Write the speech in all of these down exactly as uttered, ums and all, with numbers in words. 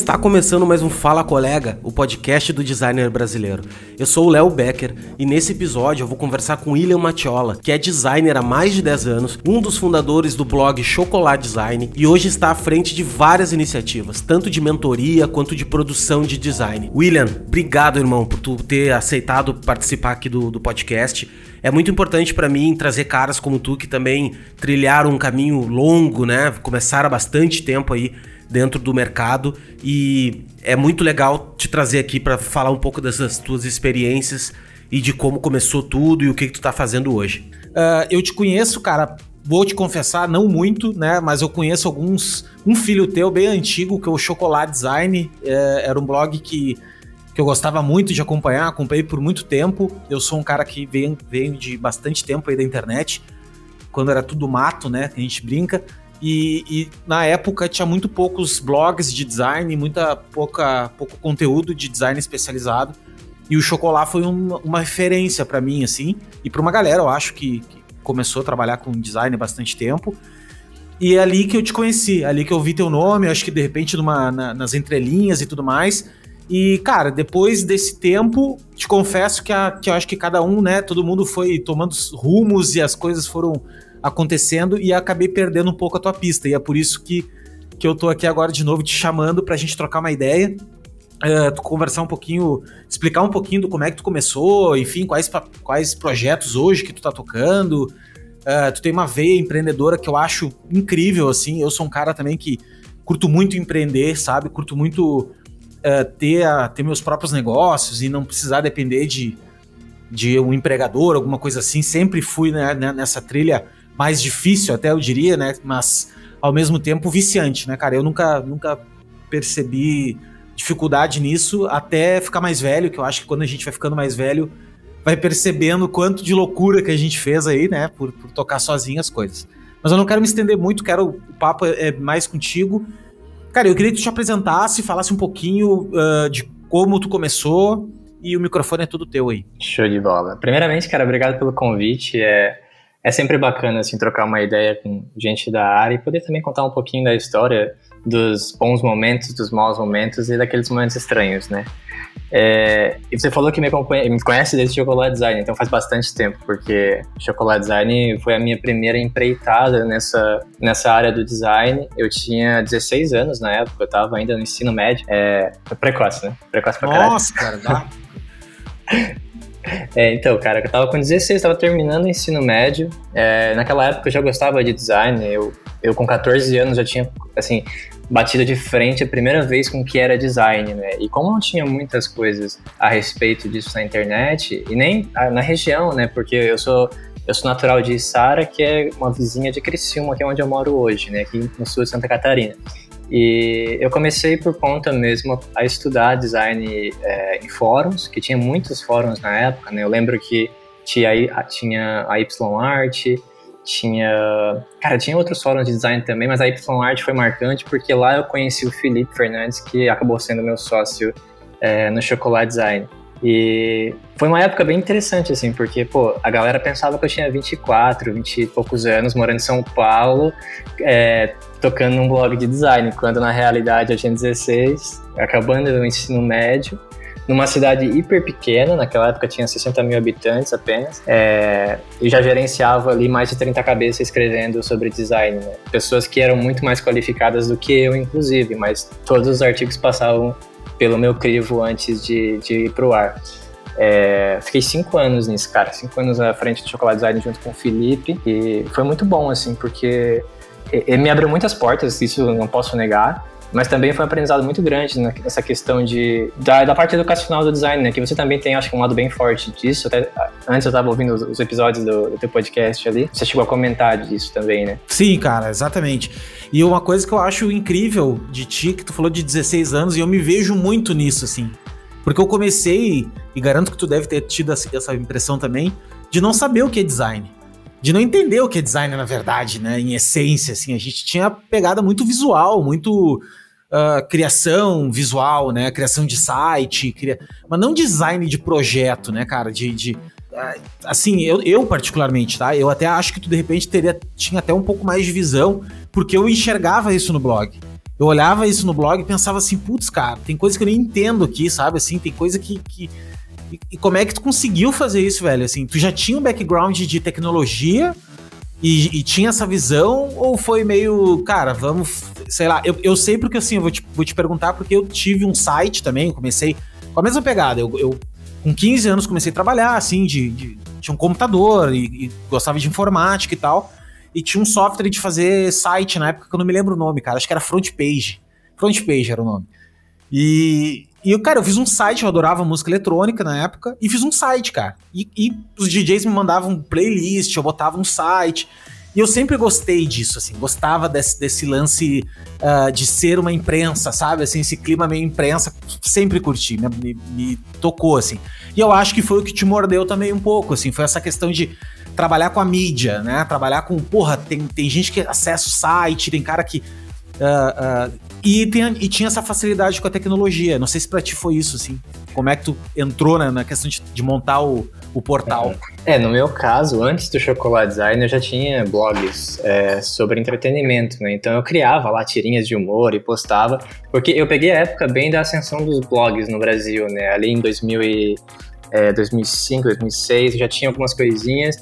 Está começando mais um Fala Colega, o podcast do designer brasileiro. Eu sou o Léo Becker e nesse episódio eu vou conversar com William Matiola, que é designer há mais de dez anos, um dos fundadores do blog Chocolate Design e hoje está à frente de várias iniciativas, tanto de mentoria quanto de produção de design. William, obrigado, irmão, por tu ter aceitado participar aqui do, do podcast. É muito importante para mim trazer caras como tu que também trilharam um caminho longo, né? Começaram há bastante tempo aí dentro do mercado e é muito legal te trazer aqui para falar um pouco dessas tuas experiências e de como começou tudo e o que, que tu tá fazendo hoje. Uh, eu te conheço, cara, vou te confessar, não muito, né, mas eu conheço alguns, um filho teu bem antigo, que é o Chocolate Design, é, era um blog que, que eu gostava muito de acompanhar, acompanhei por muito tempo. Eu sou um cara que veio, veio de bastante tempo aí da internet, quando era tudo mato, né, que a gente brinca. E, e na época tinha muito poucos blogs de design, muita pouca, pouco conteúdo de design especializado, e o Chocolate foi um, uma referência para mim, assim, e para uma galera, eu acho, que, que começou a trabalhar com design há bastante tempo, e é ali que eu te conheci, ali que eu vi teu nome, acho que de repente numa, na, nas entrelinhas e tudo mais, e cara, depois desse tempo, te confesso que, a, que eu acho que cada um, né, todo mundo foi tomando rumos e as coisas foram acontecendo e acabei perdendo um pouco a tua pista, e é por isso que, que eu tô aqui agora de novo te chamando pra gente trocar uma ideia, uh, tu conversar um pouquinho, explicar um pouquinho do como é que tu começou, enfim, quais, quais projetos hoje que tu tá tocando. Uh, tu tem uma veia empreendedora que eu acho incrível, assim, eu sou um cara também que curto muito empreender, sabe, curto muito uh, ter, a, ter meus próprios negócios e não precisar depender de, de um empregador, alguma coisa assim, sempre fui, né, nessa trilha mais difícil até, eu diria, né, mas ao mesmo tempo viciante, né, cara, eu nunca, nunca percebi dificuldade nisso até ficar mais velho, que eu acho que quando a gente vai ficando mais velho, vai percebendo o quanto de loucura que a gente fez aí, né, por, por tocar sozinho as coisas. Mas eu não quero me estender muito, quero, o papo é mais contigo. Cara, eu queria que tu te apresentasse, falasse um pouquinho uh, de como tu começou, e o microfone é tudo teu aí. Show de bola. Primeiramente, cara, obrigado pelo convite, é... É sempre bacana, assim, trocar uma ideia com gente da área e poder também contar um pouquinho da história, dos bons momentos, dos maus momentos e daqueles momentos estranhos, né? É, e você falou que me, me conhece desde Chocolate Design, então faz bastante tempo, porque Chocolate Design foi a minha primeira empreitada nessa, nessa área do design. Eu tinha dezesseis anos na época, eu tava ainda no ensino médio. É, precoce, né? Precoce pra caralho. Nossa, cara, dá... É, então, cara, eu tava com dezesseis, tava terminando o ensino médio. É, naquela época eu já gostava de design. Eu, eu com catorze anos já tinha, assim, batido de frente a primeira vez com o que era design, né? E como não tinha muitas coisas a respeito disso na internet, e nem na região, né? Porque eu sou, eu sou natural de Içara, que é uma vizinha de Criciúma, que é onde eu moro hoje, né? Aqui no sul de Santa Catarina. E eu comecei por conta mesmo a estudar design é, em fóruns, que tinha muitos fóruns na época, né? Eu lembro que tinha, tinha a YArt, tinha... Cara, tinha outros fóruns de design também, mas a YArt foi marcante porque lá eu conheci o Felipe Fernandes, que acabou sendo meu sócio é, no Chocolate Design. E foi uma época bem interessante, assim, porque, pô, a galera pensava que eu tinha vinte e quatro, vinte e poucos anos, morando em São Paulo, é, tocando num blog de design, quando na realidade eu tinha dezesseis, acabando o ensino médio, numa cidade hiper pequena, naquela época tinha sessenta mil habitantes apenas, é, e já gerenciava ali mais de trinta cabeças escrevendo sobre design, né? Pessoas que eram muito mais qualificadas do que eu, inclusive, mas todos os artigos passavam pelo meu crivo antes de, de ir pro ar. É, fiquei cinco anos nisso, cara, cinco anos à frente do Chocolate Design junto com o Felipe, e foi muito bom, assim, porque ele me abriu muitas portas, isso eu não posso negar, mas também foi um aprendizado muito grande nessa questão de, da, da parte educacional do design, né, que você também tem, acho que um lado bem forte disso. Até antes eu tava ouvindo os, os episódios do, do teu podcast ali, você chegou a comentar disso também, né? Sim, cara, exatamente. E uma coisa que eu acho incrível de ti, que tu falou de dezesseis anos, e eu me vejo muito nisso, assim, porque eu comecei, e garanto que tu deve ter tido essa impressão também, de não saber o que é design. De não entender o que é design, na verdade, né? Em essência, assim, a gente tinha pegada muito visual, muito uh, criação visual, né? Criação de site, cria... mas não design de projeto, né, cara? De, de uh, assim, eu, eu particularmente, tá? Eu até acho que tu, de repente, teria, tinha até um pouco mais de visão, porque eu enxergava isso no blog. Eu olhava isso no blog e pensava assim, putz, cara, tem coisa que eu nem entendo aqui, sabe? Assim, tem coisa que... que... E, e como é que tu conseguiu fazer isso, velho? Assim, tu já tinha um background de tecnologia e, e tinha essa visão? Ou foi meio, cara, vamos... Sei lá, eu, eu sei porque, assim, eu vou te, vou te perguntar porque eu tive um site também, eu comecei com a mesma pegada. Eu, eu com quinze anos, comecei a trabalhar, assim, de, de, tinha um computador e, e gostava de informática e tal. E tinha um software de fazer site na época que eu não me lembro o nome, cara. Acho que era FrontPage. FrontPage era o nome. E, e cara, eu fiz um site, eu adorava música eletrônica na época, e fiz um site, cara. E, e os D Js me mandavam playlist, eu botava um site. E eu sempre gostei disso, assim. Gostava desse, desse lance uh, de ser uma imprensa, sabe? Assim, esse clima meio imprensa, sempre curti, me, me, me tocou, assim. E eu acho que foi o que te mordeu também um pouco, assim. Foi essa questão de trabalhar com a mídia, né? Trabalhar com, porra, tem, tem gente que acessa o site, tem cara que... Uh, uh, e, tem, e tinha essa facilidade com a tecnologia. Não sei se pra ti foi isso, assim. Como é que tu entrou, né, na questão de, de montar o, o portal? É, no meu caso, antes do Chocolate Design, eu já tinha blogs é, sobre entretenimento, né? Então eu criava lá tirinhas de humor e postava, porque eu peguei a época bem da ascensão dos blogs no Brasil, né? Ali em dois mil e, é, dois mil e cinco, dois mil e seis, eu já tinha algumas coisinhas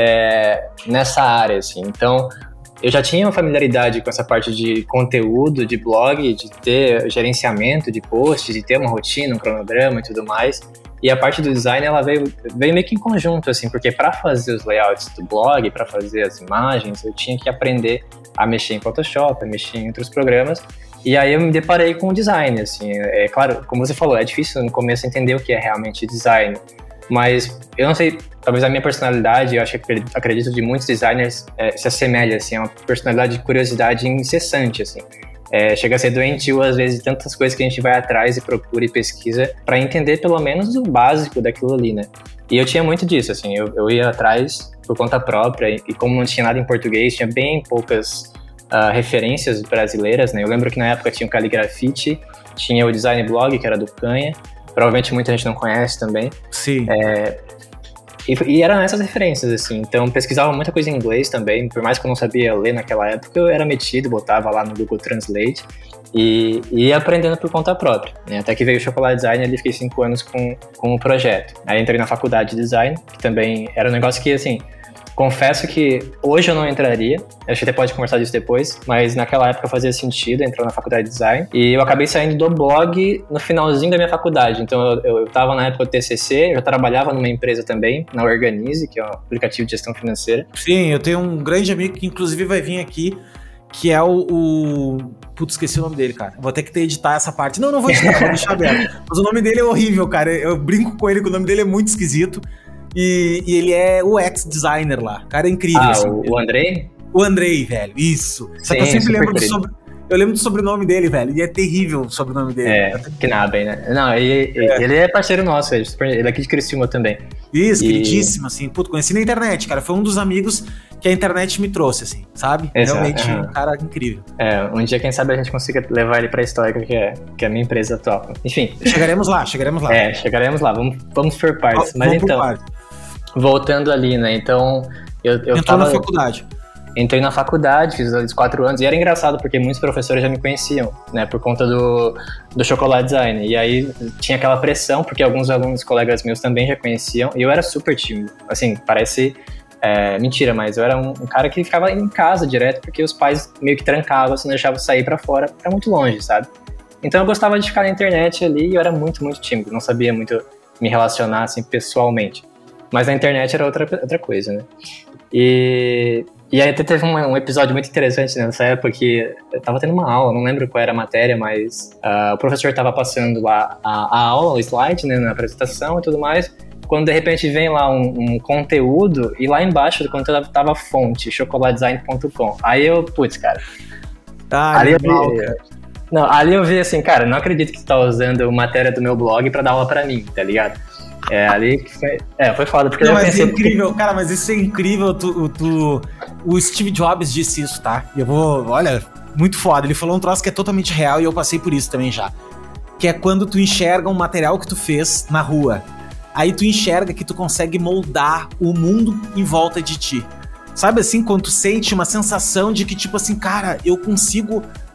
é, nessa área, assim. Então... eu já tinha uma familiaridade com essa parte de conteúdo, de blog, de ter gerenciamento de posts, de ter uma rotina, um cronograma e tudo mais. E a parte do design, ela veio, veio meio que em conjunto, assim, porque para fazer os layouts do blog, para fazer as imagens, eu tinha que aprender a mexer em Photoshop, a mexer em outros programas. E aí eu me deparei com o design, assim. É claro, como você falou, é difícil no começo entender o que é realmente design. Mas eu não sei, talvez a minha personalidade, eu acho que acredito de muitos designers, é, se assemelha, assim, é uma personalidade de curiosidade incessante, assim. É, chega a ser doentio, às vezes, de tantas coisas que a gente vai atrás e procura e pesquisa para entender pelo menos o básico daquilo ali, né? E eu tinha muito disso, assim, eu, eu ia atrás por conta própria e, e como não tinha nada em português, tinha bem poucas uh, referências brasileiras, né? Eu lembro que na época tinha o Caligrafite, tinha o Design Blog, que era do Canha, provavelmente muita gente não conhece também. Sim. É, e, e eram essas referências, assim. Então, pesquisava muita coisa em inglês também. Por mais que eu não sabia ler naquela época, eu era metido, botava lá no Google Translate e, e ia aprendendo por conta própria, né? Até que veio o Chocolate Design, ali fiquei cinco anos com, com o projeto. Aí entrei na faculdade de design, que também era um negócio que, assim... confesso que hoje eu não entraria, acho que até pode conversar disso depois, mas naquela época fazia sentido entrar na faculdade de design. E eu acabei saindo do blog no finalzinho da minha faculdade. Então eu, eu, eu tava na época do T C C, eu já trabalhava numa empresa também, na Organize, que é um aplicativo de gestão financeira. Sim, eu tenho um grande amigo que inclusive vai vir aqui, que é o... o... Putz, esqueci o nome dele, cara. Vou ter que editar essa parte. Não, não vou editar, vou deixar aberto. Mas o nome dele é horrível, cara. Eu brinco com ele que o nome dele é muito esquisito. E, e ele é o ex-designer lá. Cara, é incrível. Ah, assim, o, o Andrei? O Andrei, velho. Isso. Só que eu Sim, sempre lembro do querido. sobre... Eu lembro do sobrenome dele, velho. E é terrível o sobrenome dele. É, Knaben, né? Não, ele é. ele é parceiro nosso, ele é aqui de Criciúma também. Isso, e... queridíssimo, assim. Puto, conheci na internet, cara. Foi um dos amigos que a internet me trouxe, assim, sabe? Exato, Realmente uhum. um cara incrível. É, um dia, quem sabe, a gente consiga levar ele pra Histórica, que é, que é a minha empresa atual. Enfim. Chegaremos lá, chegaremos lá. É, chegaremos lá. Vamos, vamos por partes. Mas Vamos então, por parte. voltando ali, né? Então, eu, eu Entrou tava... na faculdade. Entrei na faculdade, fiz os quatro anos, e era engraçado porque muitos professores já me conheciam, né, por conta do, do Chocolate Design. E aí tinha aquela pressão, porque alguns alunos, colegas meus também já conheciam, e eu era super tímido. Assim, parece é, mentira, mas eu era um, um cara que ficava em casa direto, porque os pais meio que trancavam, assim, não deixavam sair pra fora, pra muito longe, sabe? Então eu gostava de ficar na internet ali, e eu era muito, muito tímido, não sabia muito me relacionar, assim, pessoalmente. Mas na internet era outra, outra coisa, né? E... E aí até teve um, um episódio muito interessante nessa época que eu tava tendo uma aula, não lembro qual era a matéria, mas uh, o professor tava passando lá a, a aula, o slide, né, na apresentação e tudo mais, quando de repente vem lá um, um conteúdo e lá embaixo do conteúdo tava a fonte, chocolate design ponto com. Aí eu, putz, cara... Ah, ali legal, eu vi, cara. Não, ali eu vi assim, cara, não acredito que tu tá usando matéria do meu blog pra dar aula pra mim, tá ligado? É, ali que foi... É, foi foda, porque Não, eu mas pensei... é incrível, cara, mas isso é incrível, tu, tu, o Steve Jobs disse isso, tá? E eu vou, olha, muito foda, ele falou um troço que é totalmente real e eu passei por isso também já. Que é quando tu enxerga um material que tu fez na rua, aí tu enxerga que tu consegue moldar o mundo em volta de ti. Sabe assim, quando tu sente uma sensação de que tipo assim, cara, eu consigo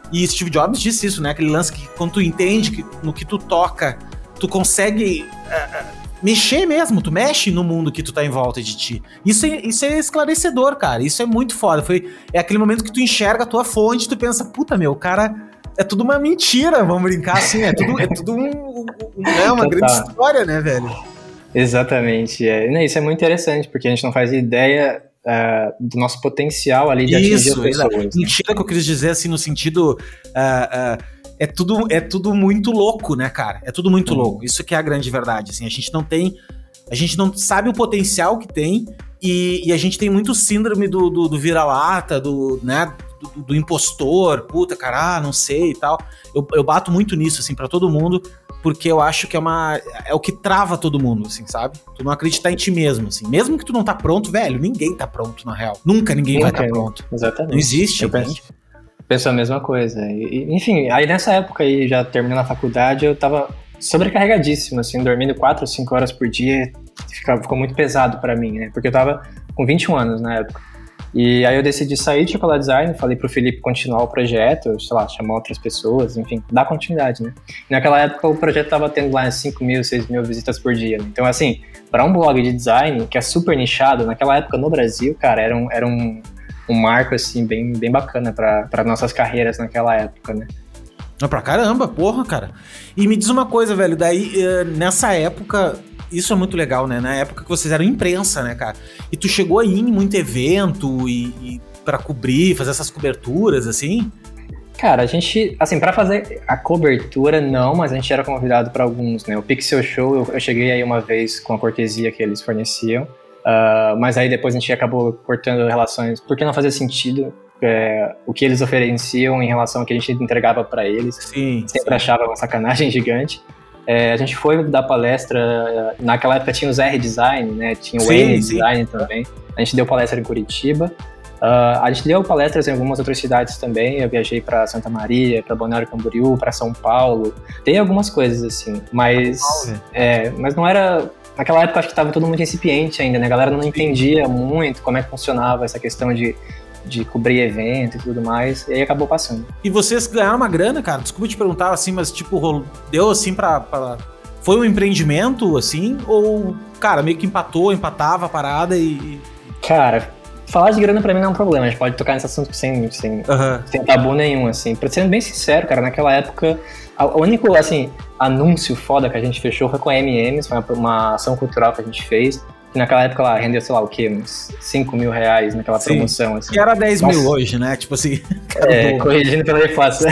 E Steve Jobs disse isso, né? Aquele lance que quando tu entende que no que tu toca, tu consegue uh, mexer mesmo, tu mexe no mundo que tu tá em volta de ti. Isso é, isso é esclarecedor, cara. Isso é muito foda. Foi, é aquele momento que tu enxerga a tua fonte, tu pensa, puta, meu, o cara... É tudo uma mentira, vamos brincar assim. É tudo, é tudo um, um, um, é uma grande história, né, velho? Exatamente. É. Isso é muito interessante, porque a gente não faz ideia uh, do nosso potencial ali de atingir as pessoas. Né? Mentira que eu quis dizer, assim, no sentido... Uh, uh, é, tudo, é tudo muito louco, né, cara? É tudo muito uhum. louco. Isso que é a grande verdade, assim. A gente não tem... A gente não sabe o potencial que tem e, e a gente tem muito síndrome do, do, do vira-lata, do, né... Do, do impostor, puta, cara, ah, não sei e tal. Eu, eu bato muito nisso, assim, pra todo mundo, porque eu acho que é uma... É o que trava todo mundo, assim, sabe? Tu não acreditar em ti mesmo, assim. Mesmo que tu não tá pronto, velho, ninguém tá pronto, na real. Nunca ninguém Nunca, vai estar tá pronto. Exatamente. Não existe, eu penso, penso a mesma coisa. E, enfim, aí nessa época aí, já terminando a faculdade, eu tava sobrecarregadíssimo, assim, dormindo quatro ou cinco horas por dia. Ficou, ficou muito pesado pra mim, né? Porque eu tava com vinte e um anos na época. E aí eu decidi sair de Chocolate Design, falei pro Felipe continuar o projeto, sei lá, chamar outras pessoas, enfim, dar continuidade, né? E naquela época o projeto tava tendo lá cinco mil, seis mil visitas por dia, né? Então, assim, para um blog de design, que é super nichado, naquela época no Brasil, cara, era um, era um, um marco, assim, bem, bem bacana para nossas carreiras naquela época, né? Não, pra caramba, porra, cara. E me diz uma coisa, velho, daí, nessa época... Isso é muito legal, né? Na época que vocês eram imprensa, né, cara? E tu chegou aí em muito evento e, e pra cobrir, fazer essas coberturas, assim? Cara, a gente, assim, pra fazer a cobertura, não, mas a gente era convidado pra alguns, né? O Pixel Show, eu, eu cheguei aí uma vez com a cortesia que eles forneciam, uh, mas aí depois a gente acabou cortando relações, porque não fazia sentido é, o que eles ofereciam em relação ao que a gente entregava pra eles. Sim, Sempre sim. achava uma sacanagem gigante. É, a gente foi dar palestra, naquela época tinha os R-Design, né? Tinha o N-Design também. A gente deu palestra em Curitiba. Uh, a gente deu palestras em algumas outras cidades também. Eu viajei para Santa Maria, para Balneário Camboriú, para São Paulo. Tem algumas coisas assim, mas, é, mas não era... Naquela época acho que estava todo muito incipiente ainda, né? A galera não entendia muito como é que funcionava essa questão de... de cobrir evento e tudo mais, e aí acabou passando. E vocês ganharam uma grana, cara? Desculpa te perguntar, assim, mas tipo, deu assim pra, pra... Foi um empreendimento, assim, ou, cara, meio que empatou, empatava a parada e... Cara, falar de grana pra mim não é um problema, a gente pode tocar nesse assunto sem, sem, uhum. sem tabu nenhum, assim. Pra ser bem sincero, cara, naquela época, o único, assim, anúncio foda que a gente fechou foi com a M e M's, foi uma, uma ação cultural que a gente fez. Que naquela época lá rendeu, sei lá, o quê? Uns cinco mil reais naquela Sim, promoção. Assim. Que era dez mil hoje, né? Tipo assim. É, corrigindo pela inflação.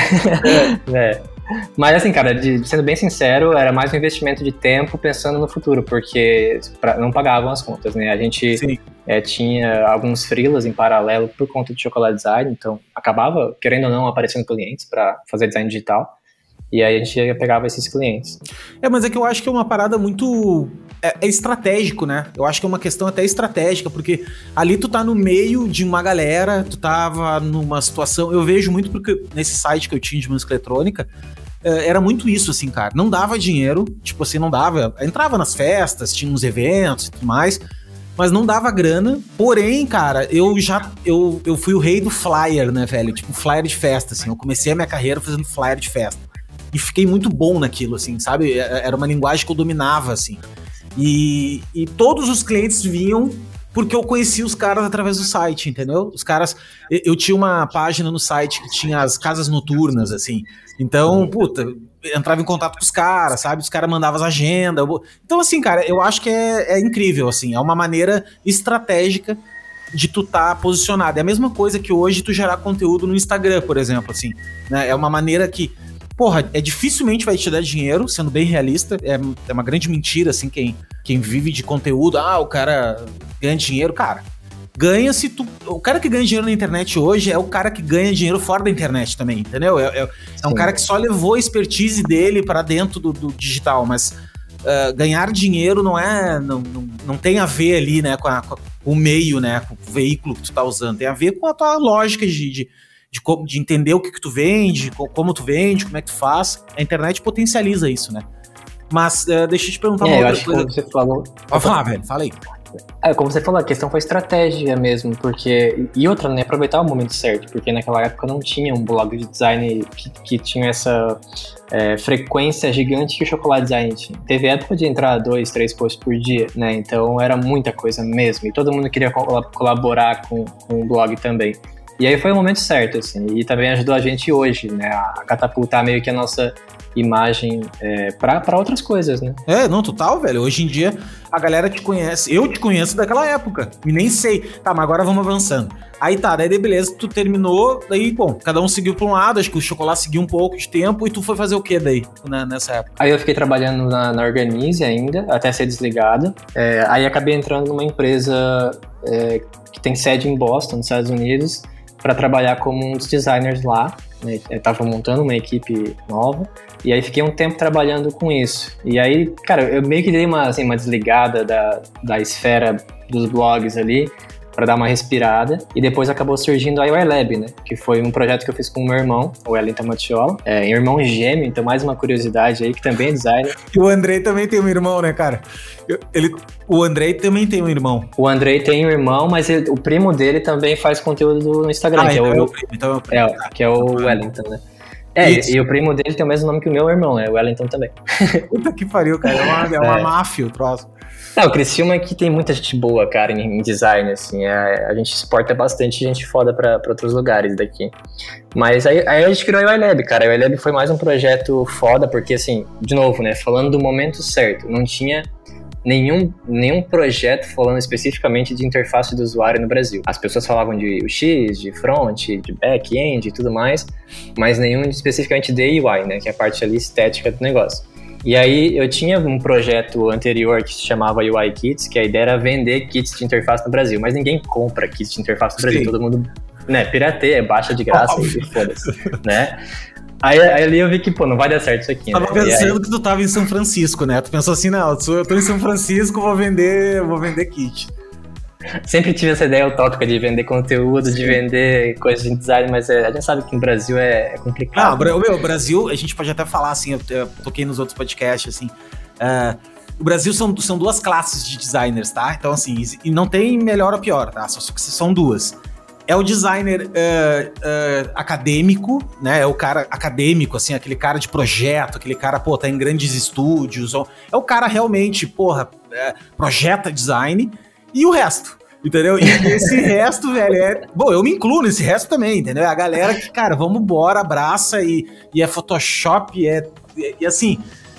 É. Mas assim, cara, de, sendo bem sincero, era mais um investimento de tempo pensando no futuro, porque pra, não pagavam as contas, né? A gente é, tinha alguns freelas em paralelo por conta de Chocolate Design, então acabava, querendo ou não, aparecendo clientes para fazer design digital. E aí a gente pegava esses clientes. É, mas é que eu acho que é uma parada muito... É, é estratégico, né? Eu acho que é uma questão até estratégica, porque ali tu tá no meio de uma galera, tu tava numa situação... Eu vejo muito porque nesse site que eu tinha de música eletrônica, era muito isso, assim, cara. Não dava dinheiro, tipo assim, não dava... Entrava nas festas, tinha uns eventos e tudo mais, mas não dava grana. Porém, cara, eu já... Eu, eu fui o rei do flyer, né, velho? Tipo, flyer de festa, assim. Eu comecei a minha carreira fazendo flyer de festa. E fiquei muito bom naquilo, assim, sabe? Era uma linguagem que eu dominava, assim. E, e todos os clientes vinham porque eu conhecia os caras através do site, entendeu? Os caras... Eu, eu tinha uma página no site que tinha as casas noturnas, assim. Então, puta, entrava em contato com os caras, sabe? Os caras mandavam as agendas. Então, assim, cara, eu acho que é, é incrível, assim. É uma maneira estratégica de tu tá posicionado. É a mesma coisa que hoje tu gerar conteúdo no Instagram, por exemplo, assim. Né? É uma maneira que... Porra, é dificilmente vai te dar dinheiro, sendo bem realista, é, é uma grande mentira, assim, quem, quem vive de conteúdo, ah, o cara ganha dinheiro, cara, ganha se tu... O cara que ganha dinheiro na internet hoje é o cara que ganha dinheiro fora da internet também, entendeu? É, é, é um cara que só levou a expertise dele para dentro do, do digital, mas uh, ganhar dinheiro não é, não, não, não tem a ver ali, né, com, a, com o meio, né, com o veículo que tu tá usando, tem a ver com a tua lógica de... de De, de entender o que, que tu vende, como tu vende, como é que tu faz. A internet potencializa isso, né? Mas uh, deixa eu te perguntar é, uma eu outra acho coisa. Que você falou... Pode falar, velho, fala aí. É, como você falou, a questão foi estratégia mesmo, porque... E outra, né, aproveitar o momento certo, porque naquela época não tinha um blog de design que, que tinha essa é, frequência gigante que o Chocolate Design tinha. Teve época de entrar dois, três posts por dia, né, então era muita coisa mesmo, e todo mundo queria colaborar com, com o blog também. E aí foi o momento certo, assim, e também ajudou a gente hoje, né, a catapultar meio que a nossa imagem é, pra, pra outras coisas, né? É, não, total, velho. Hoje em dia a galera te conhece, eu te conheço daquela época, e nem sei. Tá, mas agora vamos avançando. Aí tá, daí beleza, tu terminou, daí, bom, cada um seguiu pra um lado, acho que o Chocolate seguiu um pouco de tempo, e tu foi fazer o que daí, né, nessa época? Aí eu fiquei trabalhando na, na Organize ainda, até ser desligado. É, aí acabei entrando numa empresa é, que tem sede em Boston, nos Estados Unidos, para trabalhar como um dos designers lá, né? Eu tava montando uma equipe nova, e aí fiquei um tempo trabalhando com isso. E aí, cara, eu meio que dei uma, assim, uma desligada da, da esfera dos blogs ali, para dar uma respirada, e depois acabou surgindo a U I Lab, né, que foi um projeto que eu fiz com o meu irmão, o Wellington Matiola, é, irmão gêmeo, então mais uma curiosidade aí, que também é designer. E o Andrei também tem um irmão, né, cara? Ele, o Andrei também tem um irmão. O Andrei tem um irmão, mas ele, o primo dele também faz conteúdo no Instagram, ah, que, então é o, é o primo, então é o primo. É, que é o Wellington, né. É, e, e o primo dele tem o mesmo nome que o meu irmão, né, o Wellington também. Puta que pariu, cara, é uma, é uma é. máfia o troço. Não, o Criciúma aqui tem muita gente boa, cara, em, em design, assim, é, a gente exporta bastante gente foda pra, pra outros lugares daqui. Mas aí, aí a gente criou a U I Lab, cara, a U I Lab foi mais um projeto foda, porque assim, de novo, né, falando do momento certo, não tinha nenhum, nenhum projeto falando especificamente de interface do usuário no Brasil. As pessoas falavam de U X, de front, de back-end e tudo mais, mas nenhum especificamente de U I, né, que é a parte ali estética do negócio. E aí eu tinha um projeto anterior que se chamava U I Kits, que a ideia era vender kits de interface no Brasil, mas ninguém compra kits de interface no Brasil, Sim. todo mundo, né, pirateia, baixa de graça oh, e foda-se, né? Aí, aí ali eu vi que, pô, não vai dar certo isso aqui, Tava né? pensando aí... que tu tava em São Francisco, né? Tu pensou assim, não, eu tô em São Francisco, vou vender, vou vender kit. Sempre tive essa ideia utópica de vender conteúdo, Sim. de vender coisas de design, mas é, a gente sabe que no Brasil é, é complicado. Ah, meu, o Brasil, a gente pode até falar assim, eu, eu toquei nos outros podcasts, assim, uh, o Brasil são, são duas classes de designers, tá? Então, assim, e não tem melhor ou pior, tá? Só, são duas. É o designer uh, uh, acadêmico, né? É o cara acadêmico, assim, aquele cara de projeto, aquele cara, pô, tá em grandes estúdios, ou, é o cara realmente, porra, uh, projeta design. E o resto, entendeu? E esse resto, velho, é... Bom, eu me incluo nesse resto também, entendeu? É a galera que, cara, vamos embora, abraça e, e é Photoshop, e é... E, e assim...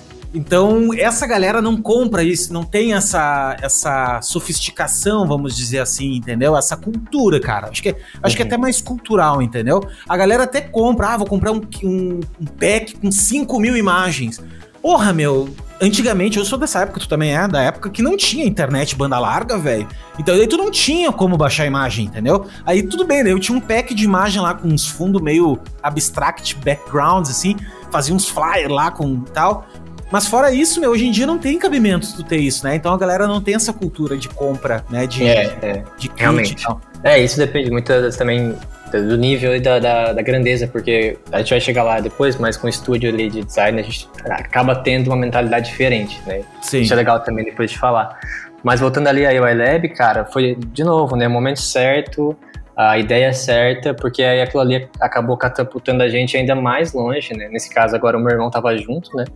Então, essa galera não compra isso, não tem essa, essa sofisticação, vamos dizer assim, entendeu? Essa cultura, cara. Acho que, é, acho uhum. que é até mais cultural, entendeu? A galera até compra, ah, vou comprar um, um, um pack com cinco mil imagens. Porra, meu... Antigamente, eu sou dessa época, tu também é, da época que não tinha internet banda larga, velho. Então aí tu não tinha como baixar a imagem, entendeu? Aí tudo bem, né? Eu tinha um pack de imagem lá com uns fundos meio abstract backgrounds, assim, fazia uns flyers lá com tal. Mas fora isso, meu, hoje em dia não tem cabimento tu ter isso, né? Então a galera não tem essa cultura de compra, né? De, é, é, de kit realmente. E tal. É, isso depende muito também do nível e da, da, da grandeza, porque a gente vai chegar lá depois, mas com o estúdio ali de design a gente acaba tendo uma mentalidade diferente, né? Sim. Isso é legal também depois de falar. Mas voltando ali a U I Lab, cara, foi de novo, né? O momento certo, a ideia certa, porque aí aquilo ali acabou catapultando a gente ainda mais longe, né? Nesse caso agora o meu irmão tava junto, né?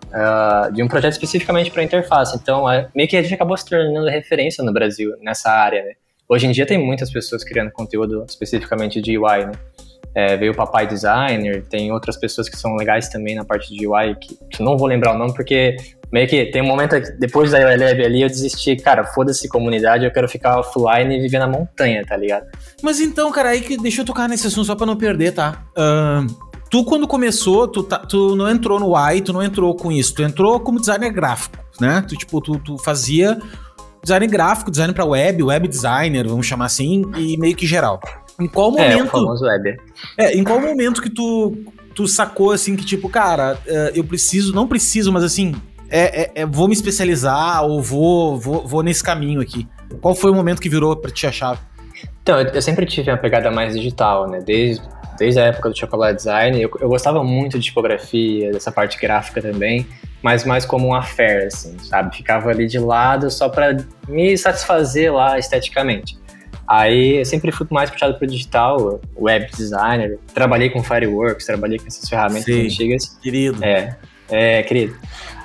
Uh, de um projeto especificamente para interface. Então, é, meio que a gente acabou se tornando referência no Brasil nessa área, né? Hoje em dia tem muitas pessoas criando conteúdo especificamente de U I, né? É, veio o Papai Designer, tem outras pessoas que são legais também na parte de U I, que eu não vou lembrar o nome, porque meio que tem um momento que depois da U I Lab ali eu desisti, cara, foda-se comunidade, eu quero ficar offline e viver na montanha, tá ligado? Mas então, cara, aí que deixa eu tocar nesse assunto só pra não perder, tá? Ahn... Uh... Tu, quando começou, tu, tá, tu não entrou no U I, tu não entrou com isso, tu entrou como designer gráfico, né? Tu, tipo, tu, tu fazia design gráfico, design pra web, web designer, vamos chamar assim, e meio que geral. Em qual momento... É, o famoso web. É, em qual momento que tu, tu sacou, assim, que tipo, cara, eu preciso, não preciso, mas assim, é, é, é, vou me especializar ou vou, vou, vou nesse caminho aqui? Qual foi o momento que virou pra ti a chave? Então, eu, eu sempre tive uma pegada mais digital, né? Desde... Desde a época do Chocolate Design, eu, eu gostava muito de tipografia, dessa parte gráfica também, mas mais como um affair, assim, sabe? Ficava ali de lado só pra me satisfazer lá esteticamente. Aí eu sempre fui mais puxado pro digital, web designer, trabalhei com Fireworks, trabalhei com essas ferramentas Sim, antigas. Querido. É, é, querido.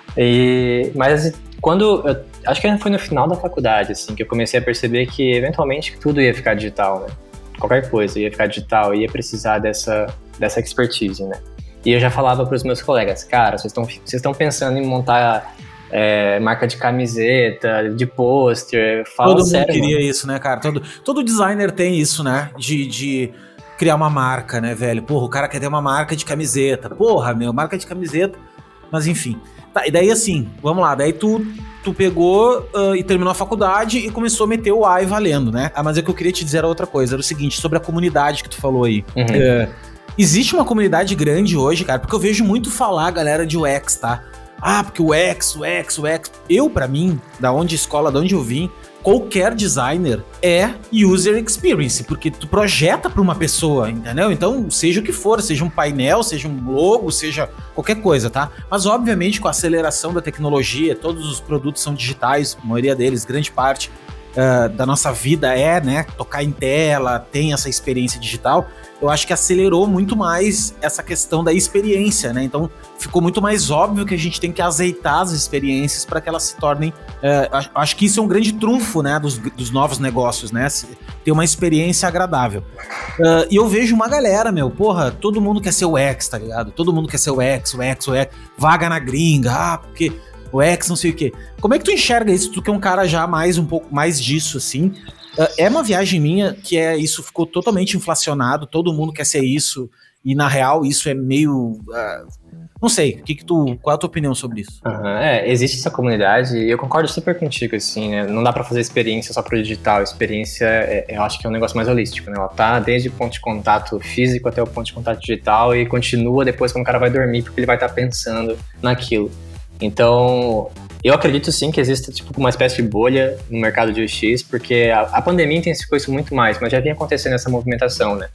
E, mas quando, eu, acho que foi no final da faculdade, assim, que eu comecei a perceber que eventualmente tudo ia ficar digital, né? Qualquer coisa ia ficar digital, ia precisar dessa, dessa expertise, né? E eu já falava pros meus colegas, cara, vocês estão vocês estão pensando em montar é, marca de camiseta, de pôster, fala Todo sério, mundo queria mano. isso, né, cara? Todo, todo designer tem isso, né? De, de criar uma marca, né, velho? Porra, o cara quer ter uma marca de camiseta. Porra, meu, marca de camiseta. Mas enfim. Tá, e daí assim, vamos lá. Daí tu, tu pegou uh, e terminou a faculdade e começou a meter o A I valendo, né? Ah, mas é que eu queria te dizer outra coisa. Era o seguinte, sobre a comunidade que tu falou aí. Uhum. É, existe uma comunidade grande hoje, cara, porque eu vejo muito falar, galera, de U X, tá? Ah, porque o X, o X, o X. Eu, pra mim, da onde escola, da onde eu vim, qualquer designer é user experience, porque tu projeta pra uma pessoa, entendeu? Então, seja o que for, seja um painel, seja um logo, seja qualquer coisa, tá? Mas, obviamente, com a aceleração da tecnologia, todos os produtos são digitais, a maioria deles, grande parte uh, da nossa vida é, né, tocar em tela, tem essa experiência digital. Eu acho que acelerou muito mais essa questão da experiência, né? Então, ficou muito mais óbvio que a gente tem que azeitar as experiências para que elas se tornem... É, acho que isso é um grande trunfo, né, dos, dos novos negócios, né? Ter uma experiência agradável. Uh, e eu vejo uma galera, meu, porra, todo mundo quer ser o X, tá ligado? Todo mundo quer ser o X, o X, o X, vaga na gringa, ah, porque o X não sei o quê. Como é que tu enxerga isso? Tu que é um cara já mais, um pouco mais disso, assim... É uma viagem minha que é isso, ficou totalmente inflacionado, todo mundo quer ser isso, e na real isso é meio... Uh, não sei, que que tu, qual é a tua opinião sobre isso? Uhum, é, existe essa comunidade e eu concordo super contigo, assim, né? Não dá pra fazer experiência só pro digital, experiência é, eu acho que é um negócio mais holístico, né? Ela tá desde o ponto de contato físico até o ponto de contato digital e continua depois quando o cara vai dormir, porque ele vai estar pensando naquilo. Então... eu acredito sim que existe tipo uma espécie de bolha no mercado de U X, porque a, a pandemia intensificou isso muito mais, mas já vinha acontecendo essa movimentação, né?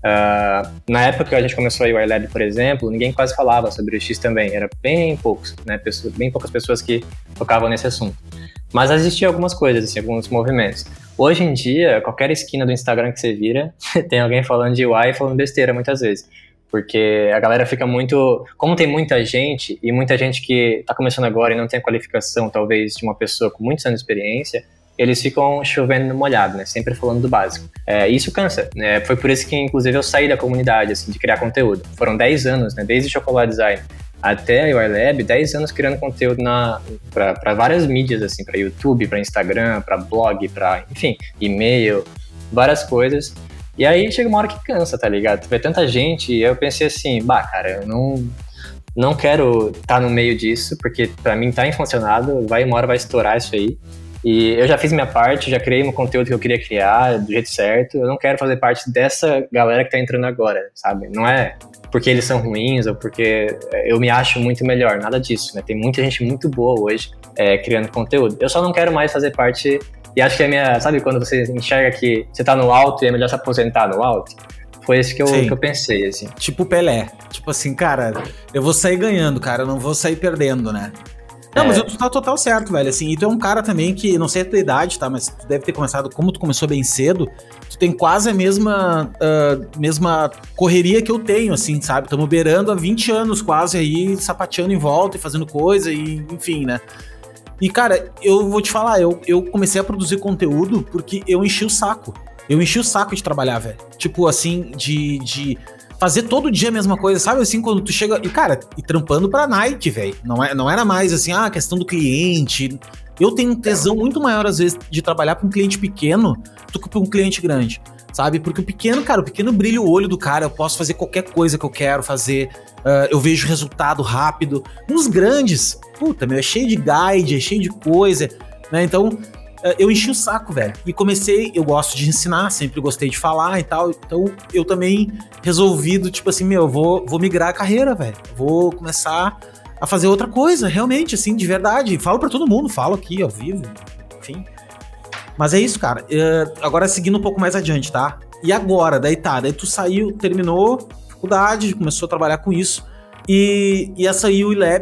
Uh, na época que a gente começou a U I Lab, por exemplo, ninguém quase falava sobre U X também, era bem poucos, né? Pessoas, bem poucas pessoas que tocavam nesse assunto. Mas existiam algumas coisas, assim, alguns movimentos. Hoje em dia, qualquer esquina do Instagram que você vira, tem alguém falando de U I e falando besteira muitas vezes. Porque a galera fica muito... como tem muita gente, e muita gente que tá começando agora e não tem a qualificação, talvez, de uma pessoa com muitos anos de experiência, eles ficam chovendo no molhado, né? Sempre falando do básico. É, isso cansa, né? Foi por isso que, inclusive, eu saí da comunidade, assim, de criar conteúdo. Foram dez anos, né? Desde Chocolate Design até a U I Lab, dez anos criando conteúdo para várias mídias, assim, para YouTube, para Instagram, para blog, para, enfim, e-mail, várias coisas. E aí chega uma hora que cansa, tá ligado? Tu vê tanta gente e eu pensei assim, bah, cara, eu não, não quero estar tá no meio disso, porque pra mim tá inflacionado, vai uma hora vai estourar isso aí. E eu já fiz minha parte, já criei um conteúdo que eu queria criar do jeito certo, eu não quero fazer parte dessa galera que tá entrando agora, sabe? Não é porque eles são ruins ou porque eu me acho muito melhor, nada disso, né? Tem muita gente muito boa hoje é, criando conteúdo. Eu só não quero mais fazer parte... E acho que a minha... sabe quando você enxerga que você tá no alto e é melhor se aposentar no alto? Foi isso que eu, que eu pensei, assim. Tipo Pelé. Tipo assim, cara, eu vou sair ganhando, cara, eu não vou sair perdendo, né? Não, é. Mas tu tá total certo, velho, assim, e tu é um cara também que, não sei a tua idade, tá, mas tu deve ter começado, como tu começou bem cedo, tu tem quase a mesma, uh, mesma correria que eu tenho, assim, sabe? Tamo beirando há vinte anos quase aí, sapateando em volta e fazendo coisa e, enfim, né? E, cara, eu vou te falar, eu, eu comecei a produzir conteúdo porque eu enchi o saco. Eu enchi o saco de trabalhar, velho. Tipo, assim, de, de fazer todo dia a mesma coisa, sabe? Assim, quando tu chega... E, cara, e trampando pra Nike, velho. Não, é, não era mais, assim, ah, questão do cliente. Eu tenho um tesão muito maior, às vezes, de trabalhar pra um cliente pequeno do que pra um cliente grande, sabe? Porque o pequeno, cara, o pequeno brilha o olho do cara. Eu posso fazer qualquer coisa que eu quero fazer. Uh, eu vejo resultado rápido. Nos grandes... puta, meu, é cheio de guide, é cheio de coisa, né? Então, eu enchi o saco, velho. E comecei, eu gosto de ensinar, sempre gostei de falar e tal. Então, eu também resolvi do tipo assim, meu, eu vou, vou migrar a carreira, velho. Vou começar a fazer outra coisa, realmente, assim, de verdade. Falo pra todo mundo, falo aqui ao vivo, enfim. Mas é isso, cara. Agora, seguindo um pouco mais adiante, tá? E agora? Daí tá, daí tu saiu, terminou a faculdade, começou a trabalhar com isso. E, e essa U I Lab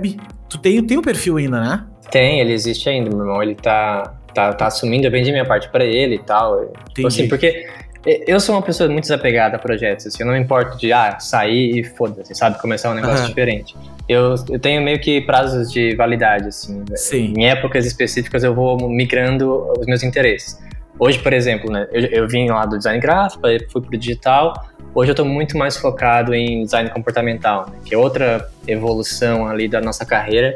tu tem, tem o perfil ainda, né? Tem, ele existe ainda, meu irmão. Ele tá, tá, tá assumindo, eu vendi minha parte pra ele e tal. Entendi. Assim, porque eu sou uma pessoa muito desapegada a projetos, assim, eu não me importo de, ah, sair e foda-se, sabe? Começar um negócio uhum. diferente. Eu, eu tenho meio que prazos de validade, assim. Sim. Em épocas específicas eu vou migrando os meus interesses. Hoje, por exemplo, né, eu, eu vim lá do design gráfico, fui pro digital. Hoje eu tô muito mais focado em design comportamental, né, que é outra evolução ali da nossa carreira.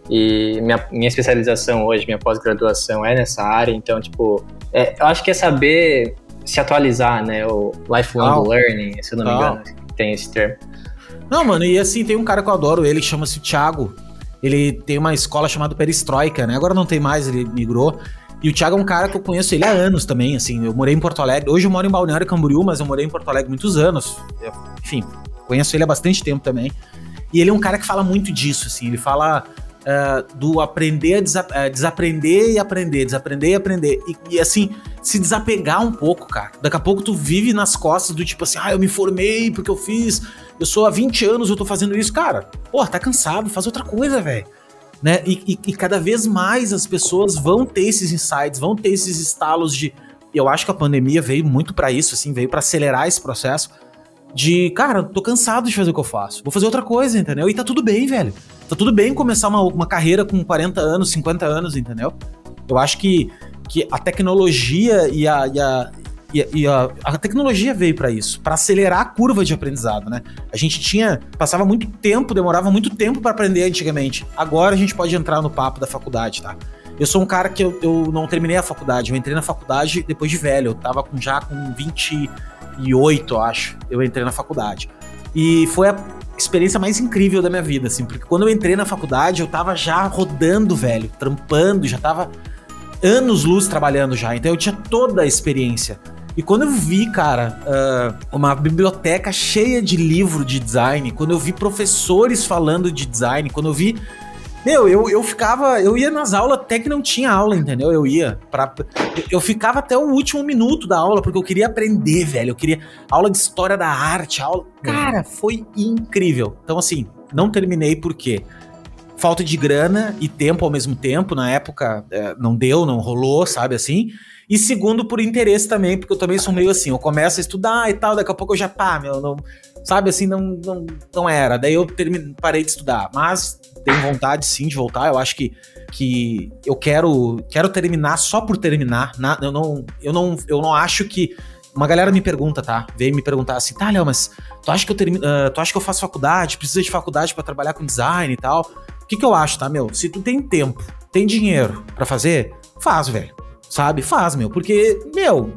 E minha, minha especialização hoje, minha pós-graduação é nessa área. Então, tipo, é, eu acho que é saber se atualizar, né? O lifelong oh. learning, se eu não me engano, oh. tem esse termo. Não, mano, e assim, tem um cara que eu adoro, ele chama-se o Thiago. Ele tem uma escola chamada Perestroika, né? Agora não tem mais, ele migrou. E o Thiago é um cara que eu conheço ele há anos também, assim. Eu morei em Porto Alegre. Hoje eu moro em Balneário Camboriú, mas eu morei em Porto Alegre muitos anos. Eu, enfim, conheço ele há bastante tempo também. E ele é um cara que fala muito disso, assim. Ele fala uh, do aprender a desa- uh, desaprender e aprender, desaprender e aprender. E, e, assim, se desapegar um pouco, cara. Daqui a pouco tu vive nas costas do tipo assim, ah, eu me formei porque eu fiz... Eu sou há vinte anos, eu tô fazendo isso. Cara, porra, tá cansado, faz outra coisa, velho. Né? E, e, e cada vez mais as pessoas vão ter esses insights, vão ter esses estalos de... Eu acho que a pandemia veio muito pra isso, assim, veio pra acelerar esse processo de, cara, tô cansado de fazer o que eu faço, vou fazer outra coisa, entendeu? E tá tudo bem, velho. Tá tudo bem começar uma, uma carreira com quarenta anos, cinquenta anos, entendeu? Eu acho que, que a tecnologia e a... E a E, e a, a tecnologia veio pra isso, pra acelerar a curva de aprendizado, né? A gente tinha, passava muito tempo, demorava muito tempo pra aprender antigamente. Agora a gente pode entrar no papo da faculdade, tá? Eu sou um cara que eu, eu não terminei a faculdade, eu entrei na faculdade depois de velho, eu tava com, já com vinte e oito, eu acho, eu entrei na faculdade. E foi a experiência mais incrível da minha vida, assim, porque quando eu entrei na faculdade, eu tava já rodando, velho, trampando, já tava anos-luz trabalhando já, então eu tinha toda a experiência. E quando eu vi, cara, uh, uma biblioteca cheia de livro de design, quando eu vi professores falando de design, quando eu vi... Meu, eu, eu ficava... Eu ia nas aulas até que não tinha aula, entendeu? Eu ia pra... Eu ficava até o último minuto da aula, porque eu queria aprender, velho. Eu queria aula de história da arte, aula... Cara, foi incrível. Então, assim, não terminei por quê? Falta de grana e tempo ao mesmo tempo. Na época, é, não deu, não rolou, sabe assim... E segundo, por interesse também, porque eu também sou meio assim, eu começo a estudar e tal, daqui a pouco eu já, pá, meu, não, sabe, assim, não, não, não era. Daí eu termine, parei de estudar, mas tenho vontade sim de voltar, eu acho que, que eu quero, quero terminar só por terminar, na, eu, não, eu, não, eu não acho que... Uma galera me pergunta, tá, veio me perguntar assim, tá, Léo, mas tu acha que eu termino, uh, tu acha que eu faço faculdade, precisa de faculdade pra trabalhar com design e tal? O que que eu acho, tá, meu? Se tu tem tempo, tem dinheiro pra fazer, faz, velho. Sabe? Faz, meu. Porque, meu,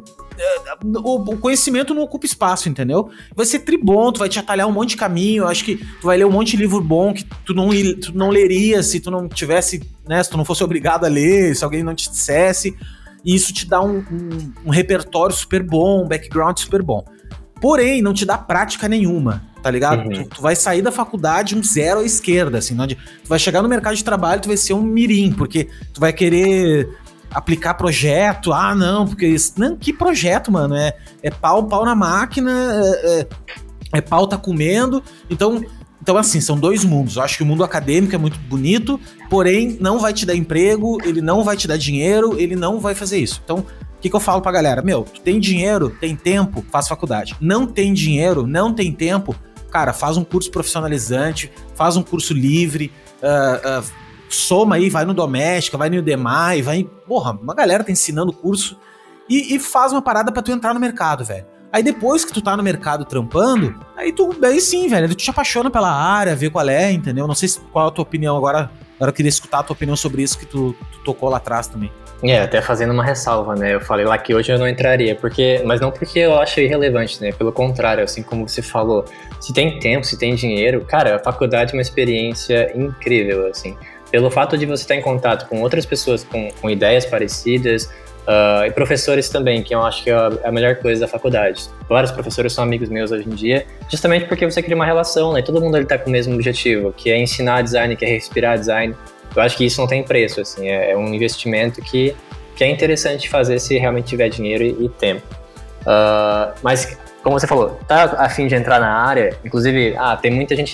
o conhecimento não ocupa espaço, entendeu? Vai ser tribom, tu vai te atalhar um monte de caminho. Eu acho que tu vai ler um monte de livro bom que tu não, tu não leria se tu não tivesse, né? Se tu não fosse obrigado a ler, se alguém não te dissesse. E isso te dá um, um, um repertório super bom, um background super bom. Porém, não te dá prática nenhuma, tá ligado? Uhum. Tu, tu vai sair da faculdade um zero à esquerda, assim. Não, tu vai chegar no mercado de trabalho, tu vai ser um mirim, porque tu vai querer... aplicar projeto, ah, não, porque isso... Não, que projeto, mano? É, é pau, pau na máquina, é, é, é pau tá comendo, então... Então, assim, são dois mundos. Eu acho que o mundo acadêmico é muito bonito, porém, não vai te dar emprego, ele não vai te dar dinheiro, ele não vai fazer isso. Então, o que, que eu falo pra galera? Meu, tu tem dinheiro, tem tempo, faz faculdade. Não tem dinheiro, não tem tempo, cara, faz um curso profissionalizante, faz um curso livre, uh, uh, soma aí, vai no Doméstica, vai no Udemy, vai em... Porra, uma galera tá ensinando curso e, e faz uma parada pra tu entrar no mercado, velho. Aí depois que tu tá no mercado trampando, aí tu, daí sim, velho, tu te apaixona pela área, vê qual é, entendeu? Não sei se, qual é a tua opinião agora, agora eu queria escutar a tua opinião sobre isso que tu, tu tocou lá atrás também. É, até fazendo uma ressalva, né, eu falei lá que hoje eu não entraria, porque, mas não porque eu acho irrelevante, né, pelo contrário, assim como você falou, se tem tempo, se tem dinheiro, cara, a faculdade é uma experiência incrível, assim, pelo fato de você estar em contato com outras pessoas com, com ideias parecidas, Uh, e professores também, que eu acho que é a melhor coisa da faculdade. Vários professores são amigos meus hoje em dia, justamente porque você cria uma relação, né? Todo mundo ele tá com o mesmo objetivo, que é ensinar design, que é respirar design. Eu acho que isso não tem preço, assim, é um investimento que, que é interessante fazer se realmente tiver dinheiro e, e tempo. Uh, mas, como você falou, tá a fim de entrar na área, inclusive, ah, tem muita gente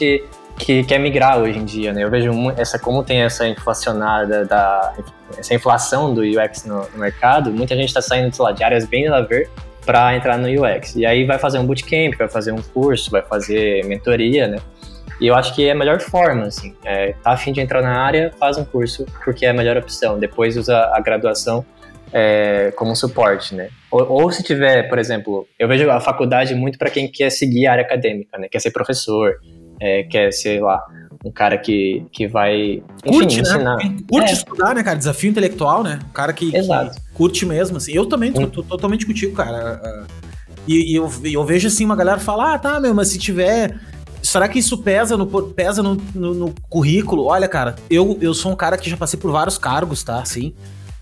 que quer migrar hoje em dia, né? Eu vejo essa, como tem essa inflacionada, da, essa inflação do U X no, no mercado, muita gente está saindo, sei lá, de áreas bem nada a ver para entrar no U X. E aí vai fazer um bootcamp, vai fazer um curso, vai fazer mentoria, né? E eu acho que é a melhor forma, assim. É, tá a fim de entrar na área, faz um curso, porque é a melhor opção. Depois usa a graduação é, como suporte, né? Ou, ou se tiver, por exemplo, eu vejo a faculdade muito para quem quer seguir a área acadêmica, né? Quer ser professor, é, quer ser, lá, um cara que, que vai, enfim, curte, ensinar. Né? Curte é. estudar, né, cara? Desafio intelectual, né? Um cara que, que curte mesmo, assim. Eu também tô, tô totalmente contigo, cara. E, e eu, eu vejo, assim, uma galera falar, ah, tá, meu, mas se tiver... Será que isso pesa no, pesa no, no, no currículo? Olha, cara, eu, eu sou um cara que já passei por vários cargos, tá, assim,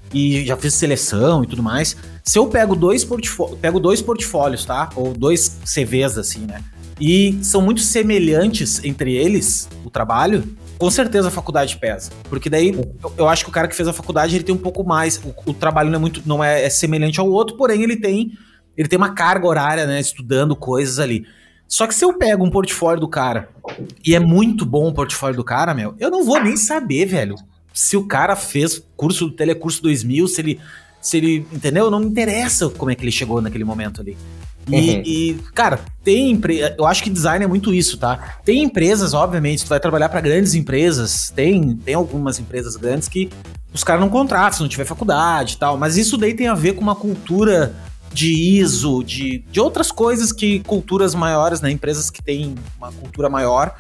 e já fiz seleção e tudo mais. Se eu pego dois, pego dois portfólios, tá, ou dois C Vs, assim, né, e são muito semelhantes entre eles, o trabalho, com certeza a faculdade pesa. Porque daí, eu, eu acho que o cara que fez a faculdade, ele tem um pouco mais, o, o trabalho não é muito, não é, é semelhante ao outro, porém ele tem, ele tem uma carga horária, né, estudando coisas ali. Só que se eu pego um portfólio do cara e é muito bom o portfólio do cara, meu, eu não vou nem saber, velho, se o cara fez curso do Telecurso dois mil, se ele, se ele, entendeu? Não me interessa como é que ele chegou naquele momento ali. E, uhum. e cara, tem empresa, eu acho que design é muito isso, tá? Tem empresas, obviamente, tu vai trabalhar para grandes empresas, tem, tem algumas empresas grandes que os caras não contratam se não tiver faculdade e tal, mas isso daí tem a ver com uma cultura de I S O, de, de outras coisas que culturas maiores, né, empresas que têm uma cultura maior,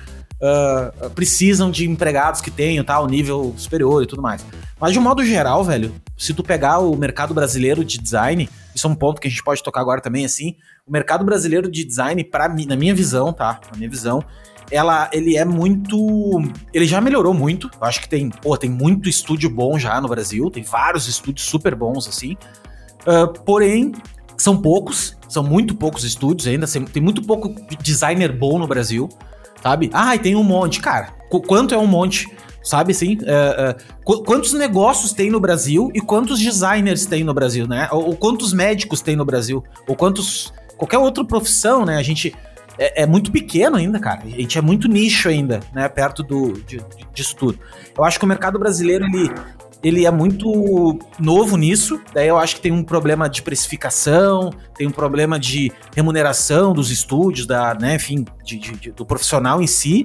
uh, precisam de empregados que tenham, tá, o nível superior e tudo mais. Mas de um modo geral, velho, se tu pegar o mercado brasileiro de design, isso é um ponto que a gente pode tocar agora também, assim, o mercado brasileiro de design, pra mim, na minha visão, tá, na minha visão, ela, ele é muito, ele já melhorou muito, eu acho que tem, pô, tem muito estúdio bom já no Brasil, tem vários estúdios super bons, assim, uh, porém, são poucos, são muito poucos estúdios ainda, tem muito pouco designer bom no Brasil, sabe? Ah, e tem um monte, cara, quanto é um monte, sabe assim? Uh, uh, quantos negócios tem no Brasil e quantos designers tem no Brasil, né? Ou, ou quantos médicos tem no Brasil, ou quantos, qualquer outra profissão, né? A gente é, é muito pequeno ainda, cara, a gente é muito nicho ainda, né? Perto do, de, disso tudo. Eu acho que o mercado brasileiro, ele... ele é muito novo nisso, daí eu acho que tem um problema de precificação, tem um problema de remuneração dos estúdios, da, né, enfim, de, de, de, do profissional em si,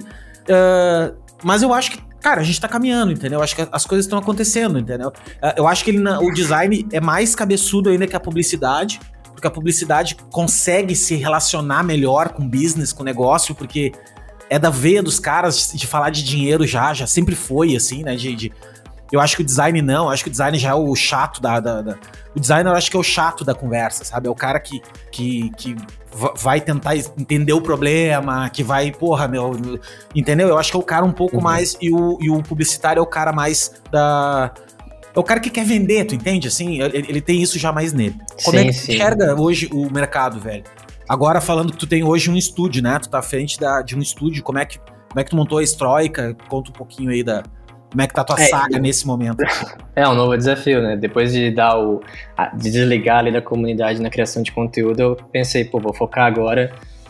uh, mas eu acho que, cara, a gente tá caminhando, entendeu? Eu acho que as coisas estão acontecendo, entendeu? Uh, eu acho que ele, o design é mais cabeçudo ainda que a publicidade, porque a publicidade consegue se relacionar melhor com business, com negócio, porque é da veia dos caras de, de falar de dinheiro já, já sempre foi, assim, né, de... de eu acho que o design não, eu acho que o design já é o chato da, da, da... O designer eu acho que é o chato da conversa, sabe? É o cara que, que, que vai tentar entender o problema, que vai, porra, meu... Entendeu? Eu acho que é o cara um pouco uhum. mais... E o, e o publicitário é o cara mais da... É o cara que quer vender, tu entende? Assim, ele, ele tem isso já mais nele. Como sim, é que tu enxerga hoje o mercado, velho? Agora falando que tu tem hoje um estúdio, né? Tu tá à frente da, de um estúdio, como é, que, como é que tu montou a Stroika? Conta um pouquinho aí da... Como é que tá a tua é, saga nesse momento? É um novo desafio, né? Depois de dar o... de desligar ali da comunidade na criação de conteúdo, eu pensei, pô, vou focar agora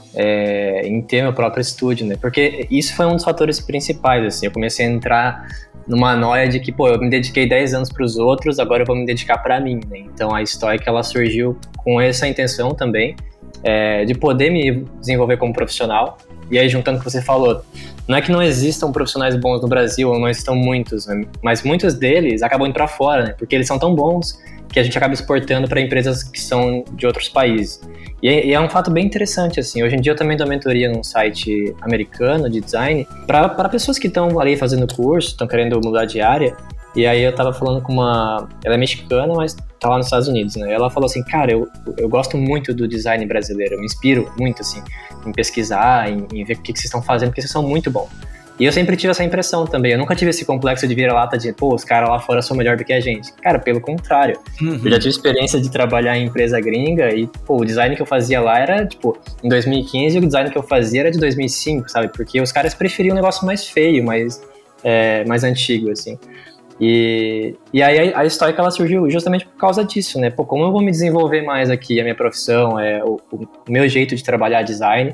é, em ter meu próprio estúdio, né? Porque isso foi um dos fatores principais, assim. Eu comecei a entrar numa noia de que, pô, eu me dediquei dez anos pros outros, agora eu vou me dedicar pra mim, né? Então a Stoic, ela surgiu com essa intenção também, é, de poder me desenvolver como profissional. E aí, juntando o que você falou, não é que não existam profissionais bons no Brasil, ou não existam muitos, né? Mas muitos deles acabam indo para fora, né? Porque eles são tão bons que a gente acaba exportando para empresas que são de outros países. E é, e é um fato bem interessante, assim. Hoje em dia eu também dou mentoria num site americano de design para pessoas que estão ali fazendo curso, estão querendo mudar de área. E aí eu tava falando com uma... Ela é mexicana, mas tá lá nos Estados Unidos, né? E ela falou assim, cara, eu, eu gosto muito do design brasileiro, eu me inspiro muito, assim, em pesquisar, em, em ver o que, que vocês estão fazendo, porque vocês são muito bons. E eu sempre tive essa impressão também, eu nunca tive esse complexo de vira-lata de, pô, os caras lá fora são melhor do que a gente. Cara, pelo contrário. Uhum. Eu já tive experiência de trabalhar em empresa gringa e, pô, o design que eu fazia lá era, tipo, em dois mil e quinze, e o design que eu fazia era de dois mil e cinco, sabe? Porque os caras preferiam um negócio mais feio, mais, é, mais antigo, assim. E, e aí a Stoic, ela surgiu justamente por causa disso, né? Pô, como eu vou me desenvolver mais aqui a minha profissão, é, o, o meu jeito de trabalhar design,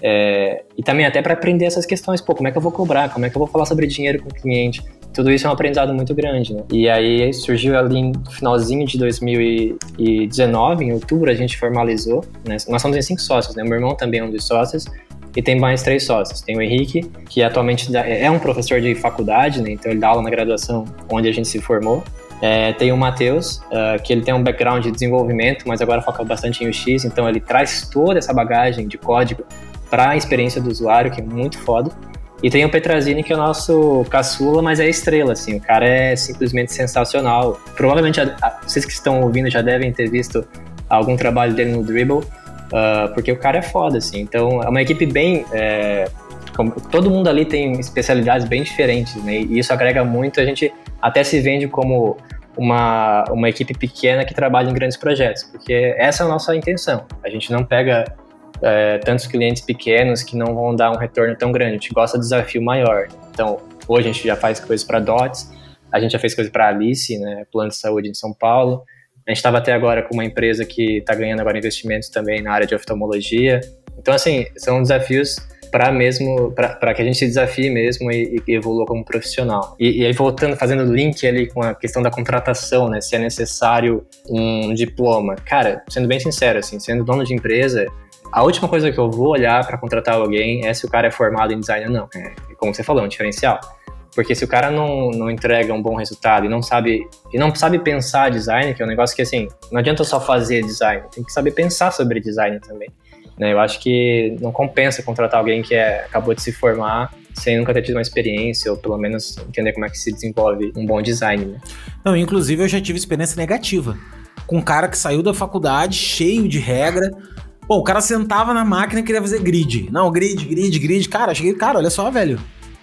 É, e também até para aprender essas questões, pô, como é que eu vou cobrar, como é que eu vou falar sobre dinheiro com o cliente, tudo isso é um aprendizado muito grande, né? E aí surgiu ali no finalzinho de dois mil e dezenove, em outubro a gente formalizou, né? Nós somos em cinco sócios, né? O meu irmão também é um dos sócios, e tem mais três sócios. Tem o Henrique, que atualmente é um professor de faculdade, né? Então ele dá aula na graduação onde a gente se formou. É, tem o Matheus, uh, que ele tem um background de desenvolvimento, mas agora foca bastante em U X, então ele traz toda essa bagagem de código para a experiência do usuário, que é muito foda. E tem o Petrazini, que é o nosso caçula, mas é estrela, assim, o cara é simplesmente sensacional. Provavelmente a, a, vocês que estão ouvindo já devem ter visto algum trabalho dele no Dribbble, uh, porque o cara é foda, assim. Então é uma equipe bem... É, como, todo mundo ali tem especialidades bem diferentes, né? E isso agrega muito, a gente até se vende como uma, uma equipe pequena que trabalha em grandes projetos, porque essa é a nossa intenção. A gente não pega é, tantos clientes pequenos que não vão dar um retorno tão grande, a gente gosta de desafio maior. Então, hoje a gente já faz coisas para Dots, a gente já fez coisas para Alice, né, plano de saúde em São Paulo. A gente estava até agora com uma empresa que está ganhando agora investimentos também na área de oftalmologia. Então, assim, são desafios para mesmo, para que a gente se desafie mesmo e, e evolua como profissional. E, e aí voltando, fazendo link ali com a questão da contratação, né, se é necessário um diploma. Cara, sendo bem sincero, assim, sendo dono de empresa, a última coisa que eu vou olhar para contratar alguém é se o cara é formado em design ou não. É, como você falou, é um diferencial. Porque se o cara não, não entrega um bom resultado e não sabe e não sabe pensar design, que é um negócio que, assim, não adianta só fazer design, tem que saber pensar sobre design também. Eu acho que não compensa contratar alguém que é, acabou de se formar sem nunca ter tido uma experiência, ou pelo menos entender como é que se desenvolve um bom design, né? Não, inclusive eu já tive experiência negativa com um cara que saiu da faculdade cheio de regra. Pô, o cara sentava na máquina e queria fazer grid. Não, grid, grid, grid. Cara, eu cheguei, cara, olha só, velho.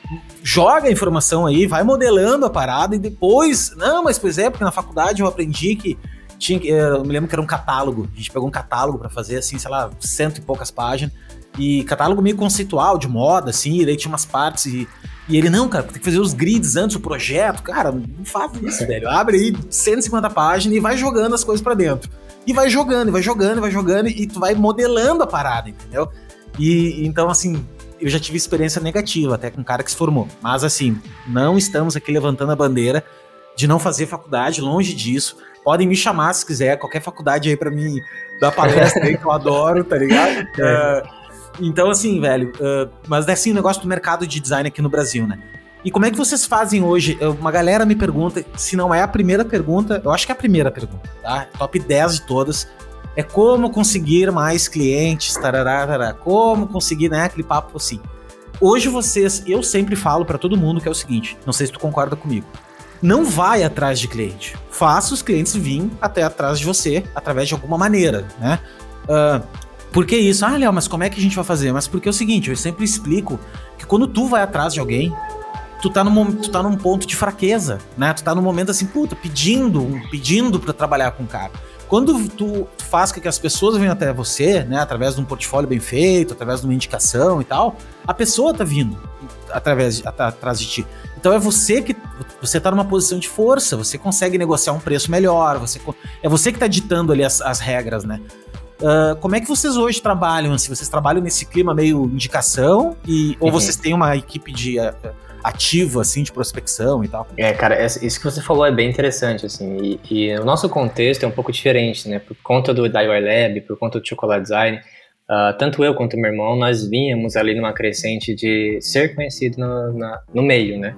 Joga a informação aí, vai modelando a parada e depois... Não, mas pois é, porque na faculdade eu aprendi que tinha, eu me lembro que era um catálogo. A gente pegou um catálogo pra fazer, assim, sei lá, cento e poucas páginas. E catálogo meio conceitual, de moda, assim, e daí tinha umas partes e... E ele, não, cara, tem que fazer os grids antes do projeto. Cara, não faz isso, velho. Abre aí cento e cinquenta páginas e vai jogando as coisas pra dentro. E vai jogando, e vai jogando, e vai jogando, e tu vai modelando a parada, entendeu? E então, assim, eu já tive experiência negativa até com um cara que se formou. Mas, assim, não estamos aqui levantando a bandeira de não fazer faculdade, longe disso. Podem me chamar se quiser, qualquer faculdade aí pra mim dar palestra aí, que eu adoro, tá ligado? É. Uh, então, assim, velho, uh, mas é assim o negócio do mercado de design aqui no Brasil, né? E como é que vocês fazem hoje? Uma galera me pergunta, se não é a primeira pergunta, eu acho que é a primeira pergunta, tá? Top dez de todas. É como conseguir mais clientes, tarará, tarará, como conseguir, né, aquele papo assim. Hoje vocês, eu sempre falo pra todo mundo que é o seguinte, não sei se tu concorda comigo, não vai atrás de cliente, faça os clientes virem até atrás de você, através de alguma maneira, né? Uh, por que isso? Ah, Léo, mas como é que a gente vai fazer? Mas porque é o seguinte, eu sempre explico que quando tu vai atrás de alguém, tu tá num, tu tá num ponto de fraqueza, né? Tu tá num momento assim, puta, pedindo, pedindo pra trabalhar com o cara. Quando tu, tu faz com que as pessoas venham até você, né, através de um portfólio bem feito, através de uma indicação e tal, a pessoa tá vindo através de, atrás de ti. Então é você que você tá numa posição de força, você consegue negociar um preço melhor, você, é você que tá ditando ali as, as regras, né? Uh, como é que vocês hoje trabalham? Se vocês trabalham nesse clima meio indicação e, ou uhum. vocês têm uma equipe de uh, ativa, assim, de prospecção e tal? É, cara, isso que você falou é bem interessante, assim, e, e o nosso contexto é um pouco diferente, né? Por conta do D I Y Lab, por conta do Chocolate Design, uh, tanto eu quanto meu irmão, nós vínhamos ali numa crescente de ser conhecido no, na, no meio, né?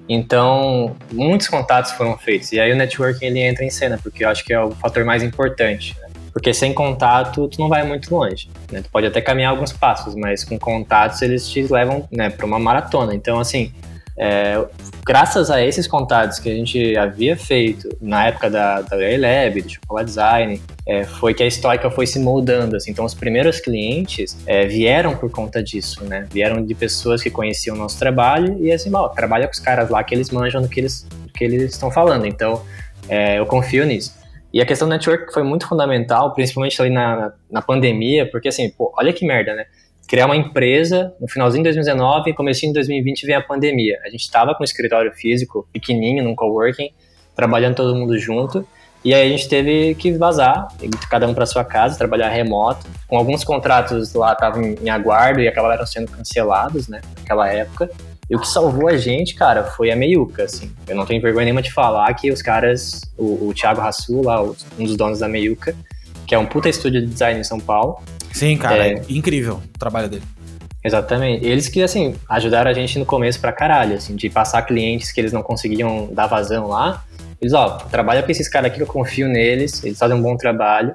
Então, muitos contatos foram feitos, e aí o networking ele entra em cena, porque eu acho que é o fator mais importante, né? Porque sem contato, tu não vai muito longe, né? Tu pode até caminhar alguns passos, mas com contatos eles te levam, né, para uma maratona. Então, assim, é, graças a esses contatos que a gente havia feito na época da, da D I Y Lab, do Chocolate Design, é, foi que a Stoica foi se moldando, assim. Então, os primeiros clientes é, vieram por conta disso, né? Vieram de pessoas que conheciam o nosso trabalho e, assim, ó, trabalha com os caras lá que eles manjam do que eles, do que eles estão falando. Então, é, eu confio nisso. E a questão do network foi muito fundamental, principalmente ali na, na, na pandemia, porque assim, pô, olha que merda, né? Criar uma empresa no finalzinho de dois mil e dezenove e comecinho de dois mil e vinte veio a pandemia. A gente estava com um escritório físico pequenininho, num coworking, trabalhando todo mundo junto, E aí a gente teve que vazar, cada um para sua casa, trabalhar remoto. Com alguns contratos lá estavam em aguardo e acabaram sendo cancelados, né, naquela época. E o que salvou a gente, cara, foi a Meiuca, assim. Eu não tenho vergonha nenhuma de falar que os caras, o, o Thiago Rassu, lá, um dos donos da Meiuca, que é um puta estúdio de design em São Paulo. Sim, cara, é, é incrível o trabalho dele. Exatamente. Eles que, assim, ajudaram a gente no começo pra caralho, assim, de passar clientes que eles não conseguiam dar vazão lá. Eles, ó, trabalha com esses caras aqui que eu confio neles, eles fazem um bom trabalho.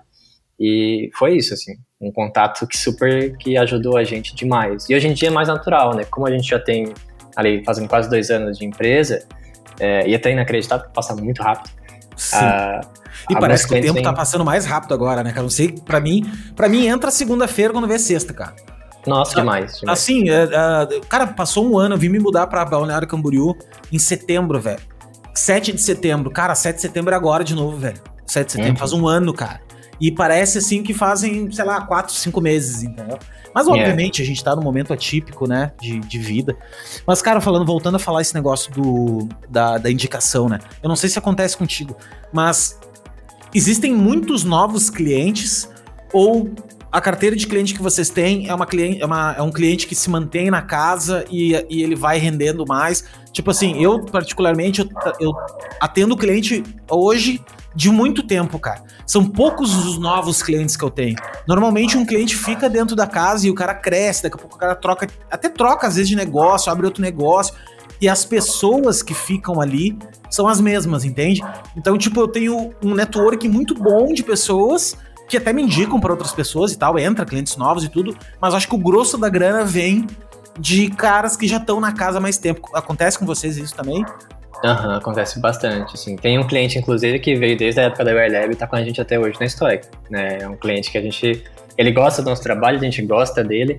E foi isso, assim, um contato que super, que ajudou a gente demais. E hoje em dia é mais natural, né? Como a gente já tem, ali, fazendo quase dois anos de empresa, é, e até inacreditável, passa muito rápido. Sim. Ah, e parece que o tempo vem... tá passando mais rápido agora, né, cara? Não sei, pra mim, pra mim entra segunda-feira quando vê sexta, cara. Nossa, demais, demais. Assim, é, é, cara, passou um ano, eu vim me mudar pra Balneário Camboriú em setembro, velho. sete de setembro. Cara, sete de setembro é agora de novo, velho. sete de setembro, uhum. Faz um ano, cara. E parece, assim, que fazem, sei lá, quatro, cinco meses, entendeu? Mas, obviamente, yeah. a gente tá num momento atípico, né, de, de vida. Mas, cara, falando, voltando a falar esse negócio do, da, da indicação, né? Eu não sei se acontece contigo, mas existem muitos novos clientes ou a carteira de cliente que vocês têm é, uma cliente, é, uma, é um cliente que se mantém na casa e, e ele vai rendendo mais? Tipo assim, eu, particularmente, eu, eu atendo cliente hoje de muito tempo, cara. São poucos os novos clientes que eu tenho. Normalmente um cliente fica dentro da casa e o cara cresce, daqui a pouco o cara troca, até troca às vezes de negócio, abre outro negócio, e as pessoas que ficam ali são as mesmas, entende? Então, tipo, eu tenho um network muito bom de pessoas que até me indicam para outras pessoas e tal, entra clientes novos e tudo, mas acho que o grosso da grana vem de caras que já estão na casa há mais tempo. Acontece com vocês isso também? Aham, uhum, acontece bastante, assim. Tem um cliente, inclusive, que veio desde a época da Airlab e tá com a gente até hoje na Stoica, né? É um cliente que a gente... Ele gosta do nosso trabalho, a gente gosta dele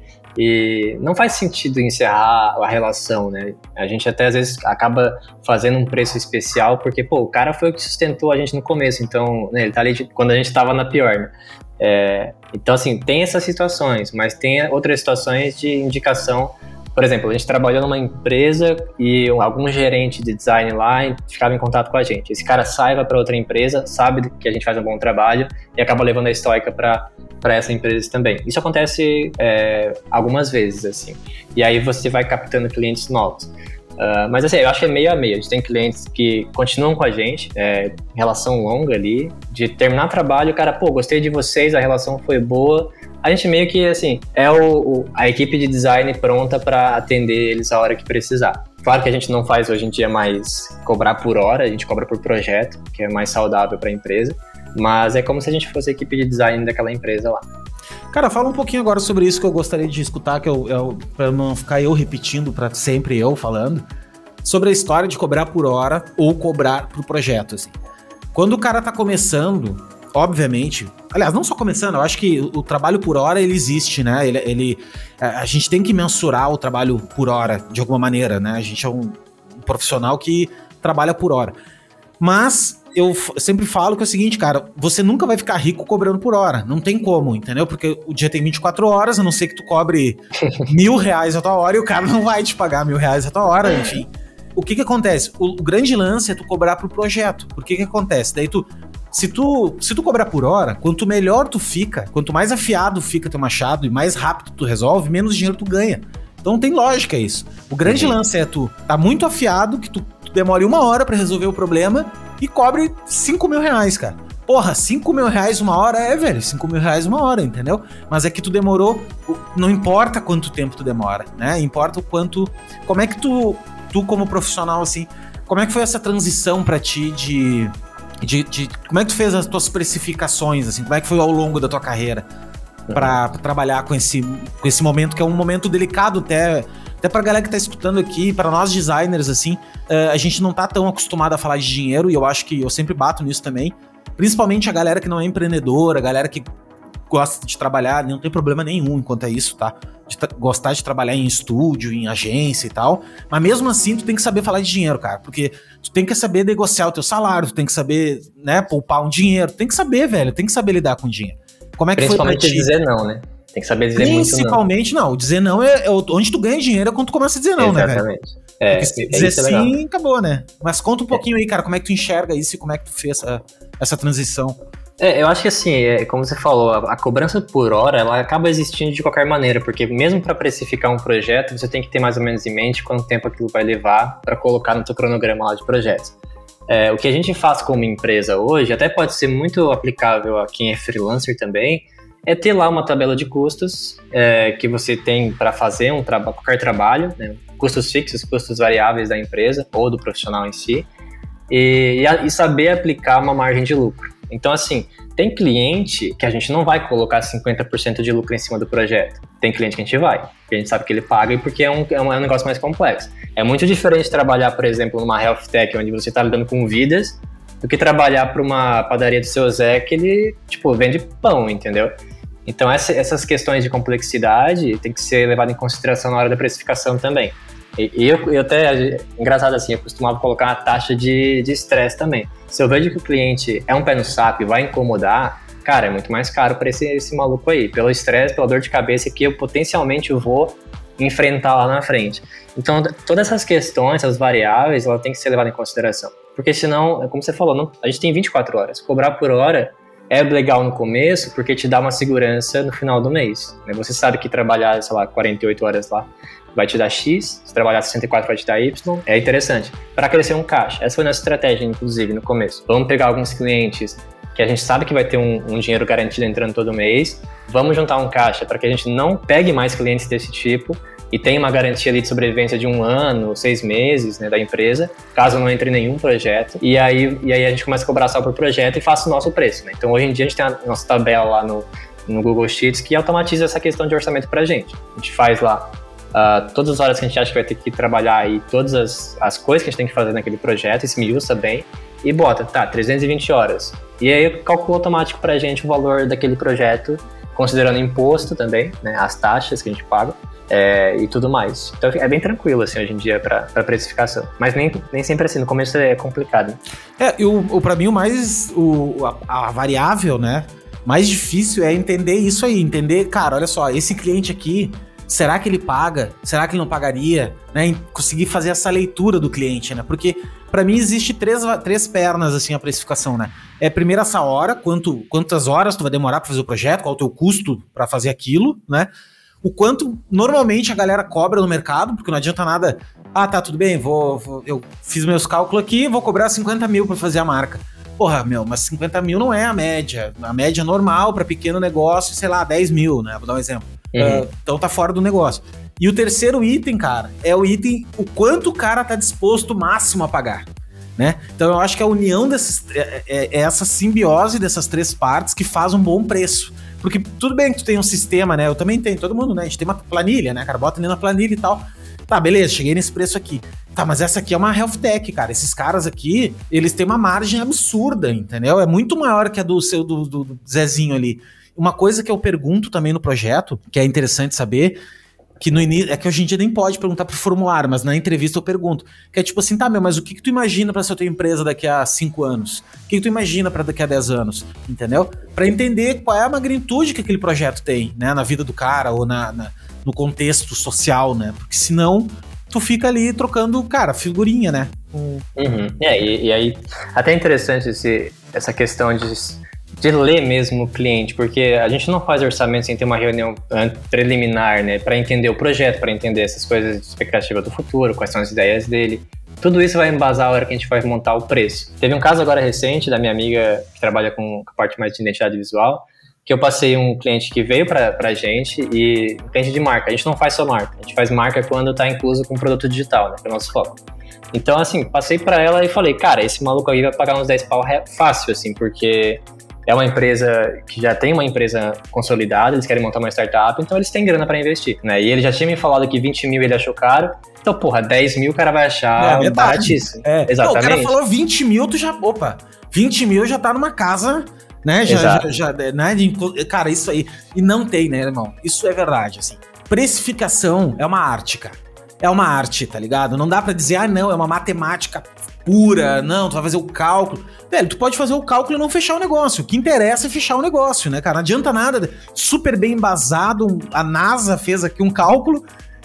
e não faz sentido encerrar a relação, né? A gente até, às vezes, acaba fazendo um preço especial porque, pô, o cara foi o que sustentou a gente no começo, então, né, ele tá ali de, quando a gente tava na pior, né? É, então, assim, tem essas situações, mas tem outras situações de indicação. Por exemplo, a gente trabalhou numa empresa e algum gerente de design lá ficava em contato com a gente. Esse cara sai, vai para outra empresa, sabe que a gente faz um bom trabalho e acaba levando a Stoica para essa empresa também. Isso acontece é, algumas vezes, assim. E aí você vai captando clientes novos. Uh, mas assim, eu acho que é meio a meio. A gente tem clientes que continuam com a gente, é, relação longa ali, de terminar trabalho, o cara, pô, gostei de vocês, a relação foi boa. A gente meio que, assim, é o, o, a equipe de design pronta para atender eles a hora que precisar. Claro que a gente não faz hoje em dia mais cobrar por hora, a gente cobra por projeto, que é mais saudável para a empresa, mas é como se a gente fosse a equipe de design daquela empresa lá. Cara, fala um pouquinho agora sobre isso que eu gostaria de escutar, que eu, eu, para não ficar eu repetindo para sempre eu falando, sobre a história de cobrar por hora ou cobrar por projeto, assim. Quando o cara tá começando, obviamente, aliás, não só começando, eu acho que o, o trabalho por hora, ele existe, né? Ele, ele, a gente tem que mensurar o trabalho por hora, de alguma maneira, né? A gente é um, um profissional que trabalha por hora. Mas eu f- sempre falo que é o seguinte, cara, você nunca vai ficar rico cobrando por hora, não tem como, entendeu? Porque o dia tem vinte e quatro horas, a não ser que tu cobre mil reais a tua hora e o cara não vai te pagar mil reais a tua hora, enfim. O que que acontece? O, o grande lance é tu cobrar pro projeto. Por que que acontece? Daí tu... Se tu, se tu cobrar por hora, quanto melhor tu fica, quanto mais afiado fica teu machado e mais rápido tu resolve, menos dinheiro tu ganha. Então não tem lógica isso. O grande uhum. lance é tu tá muito afiado, que tu, tu demore uma hora pra resolver o problema e cobre cinco mil reais, cara. Porra, cinco mil reais uma hora é, velho, cinco mil reais uma hora, entendeu? Mas é que tu demorou, não importa quanto tempo tu demora, né? Importa o quanto, como é que tu, tu como profissional, assim, como é que foi essa transição pra ti de... De, de, como é que tu fez as tuas precificações, assim? Como é que foi ao longo da tua carreira pra, pra trabalhar com esse, com esse momento, que é um momento delicado até, até pra galera que tá escutando aqui, pra nós designers, assim, uh, a gente não tá tão acostumado a falar de dinheiro, e eu acho que eu sempre bato nisso também, principalmente a galera que não é empreendedora, a galera que gosta de trabalhar, não tem problema nenhum enquanto é isso, tá? De tra- gostar de trabalhar em estúdio, em agência e tal, mas mesmo assim tu tem que saber falar de dinheiro, cara, porque tu tem que saber negociar o teu salário, tu tem que saber, né, poupar um dinheiro, tu tem que saber, velho, tem que saber lidar com dinheiro. Como é que foi pra ti? Principalmente dizer não, né? Tem que saber dizer muito não. Principalmente não, dizer não é, é onde tu ganha dinheiro é quando tu começa a dizer não, Exatamente. né, velho? É, Porque se dizer sim, acabou, né? Mas conta um pouquinho é. aí, cara, como é que tu enxerga isso e como é que tu fez essa, essa transição? É, eu acho que assim, é, como você falou, a, a cobrança por hora, ela acaba existindo de qualquer maneira, porque mesmo para precificar um projeto, você tem que ter mais ou menos em mente quanto tempo aquilo vai levar para colocar no seu cronograma lá de projetos. É, o que a gente faz como empresa hoje, até pode ser muito aplicável a quem é freelancer também, é ter lá uma tabela de custos é, que você tem para fazer um traba- qualquer trabalho, né? Custos fixos, custos variáveis da empresa ou do profissional em si, e, e saber aplicar uma margem de lucro. Então, assim, tem cliente que a gente não vai colocar cinquenta por cento de lucro em cima do projeto. Tem cliente que a gente vai, porque a gente sabe que ele paga e porque é um, é um negócio mais complexo. É muito diferente trabalhar, por exemplo, numa health tech, onde você está lidando com vidas, do que trabalhar para uma padaria do seu Zé que ele, tipo, vende pão, entendeu? Então, essa, essas questões de complexidade tem que ser levadas em consideração na hora da precificação também. E, e eu, eu até, engraçado assim, eu costumava colocar uma taxa de estresse também. Se eu vejo que o cliente é um pé no saco e vai incomodar, cara, é muito mais caro para esse, esse maluco aí. Pelo estresse, pela dor de cabeça que eu potencialmente vou enfrentar lá na frente. Então, todas essas questões, essas variáveis, ela tem que ser levada em consideração. Porque senão, como você falou, não, a gente tem vinte e quatro horas. Cobrar por hora é legal no começo porque te dá uma segurança no final do mês. Né? Você sabe que trabalhar, sei lá, quarenta e oito horas lá vai te dar X, se trabalhar sessenta e quatro vai te dar Y, é interessante. Para crescer um caixa, essa foi a nossa estratégia, inclusive, no começo. Vamos pegar alguns clientes que a gente sabe que vai ter um, um dinheiro garantido entrando todo mês, vamos juntar um caixa para que a gente não pegue mais clientes desse tipo e tenha uma garantia ali de sobrevivência de um ano, seis meses, né, da empresa, caso não entre nenhum projeto, e aí, e aí a gente começa a cobrar só por projeto e faça o nosso preço. Né? Então, hoje em dia, a gente tem a nossa tabela lá no, no Google Sheets que automatiza essa questão de orçamento para a gente. A gente faz lá Uh, todas as horas que a gente acha que vai ter que trabalhar e todas as, as coisas que a gente tem que fazer naquele projeto, esmiuça bem e bota, tá, trezentas e vinte horas. E aí calcula automático pra gente o valor daquele projeto, considerando imposto também, né, as taxas que a gente paga é, e tudo mais. Então é bem tranquilo, assim, hoje em dia pra, pra precificação. Mas nem, nem sempre assim, no começo é complicado. Né? É, e o, o, pra mim o mais, o, a, a variável, né, mais difícil é entender isso aí, entender, cara, olha só, esse cliente aqui, será que ele paga? Será que ele não pagaria? Né? Conseguir fazer essa leitura do cliente, né? Porque, para mim, existe três, três pernas, assim, a precificação, né? É primeiro essa hora, quanto, quantas horas tu vai demorar para fazer o projeto, qual é o teu custo para fazer aquilo, né? O quanto, normalmente, a galera cobra no mercado, porque não adianta nada... Ah, tá, tudo bem, vou, vou eu fiz meus cálculos aqui, vou cobrar cinquenta mil para fazer a marca. Porra, meu, mas cinquenta mil não é a média. A média normal para pequeno negócio, sei lá, dez mil, né? Vou dar um exemplo. Uhum. Uh, então tá fora do negócio. E o terceiro item, cara, é o item o quanto o cara tá disposto máximo a pagar, né? Então eu acho que a união desses é, é, é essa simbiose dessas três partes que faz um bom preço. Porque tudo bem que tu tem um sistema, né? Eu também tenho, todo mundo, né? A gente tem uma planilha, né, cara? Bota ali na planilha e tal. Tá, beleza, cheguei nesse preço aqui. Tá, mas essa aqui é uma health tech, cara. Esses caras aqui, eles têm uma margem absurda, entendeu? É muito maior que a do seu do, do, do Zezinho ali. Uma coisa que eu pergunto também no projeto, que é interessante saber, que no início, é que hoje em dia nem pode perguntar pro formulário, mas na entrevista eu pergunto, que é tipo assim, tá, meu, mas o que que tu imagina pra ser tua empresa daqui a cinco anos? O que que tu imagina pra daqui a dez anos? Entendeu? Pra entender qual é a magnitude que aquele projeto tem, né, na vida do cara ou na, na, no contexto social, né? Porque senão tu fica ali trocando, cara, figurinha, né? Uhum. É, e, e aí, até interessante esse, essa questão de... de ler mesmo o cliente, porque a gente não faz orçamento sem ter uma reunião preliminar, né, para entender o projeto, para entender essas coisas de expectativa do futuro, quais são as ideias dele. Tudo isso vai embasar a hora que a gente vai montar o preço. Teve um caso agora recente da minha amiga que trabalha com a parte mais de identidade visual, que eu passei um cliente que veio pra, pra gente e um cliente de marca. A gente não faz só marca, a gente faz marca quando tá incluso com produto digital, né, que é o nosso foco. Então, assim, passei pra ela e falei, cara, esse maluco aí vai pagar uns dez pau fácil, assim, porque é uma empresa que já tem uma empresa consolidada, eles querem montar uma startup, então eles têm grana pra investir, né? E ele já tinha me falado que vinte mil ele achou caro, então, porra, dez mil o cara vai achar é, baratíssimo. É. Exatamente. Não, o cara falou vinte mil, tu já, opa, vinte mil já tá numa casa, né? Já, já, já, né? Cara, isso aí, e não tem, né, irmão? Isso é verdade, assim. Precificação é uma arte, cara. É uma arte, tá ligado? Não dá pra dizer, ah, não, é uma matemática pura, não, tu vai fazer o cálculo. Velho, tu pode fazer o cálculo e não fechar o negócio. O que interessa é fechar o negócio, né, cara? Não adianta nada, super bem embasado, a NASA fez aqui um cálculo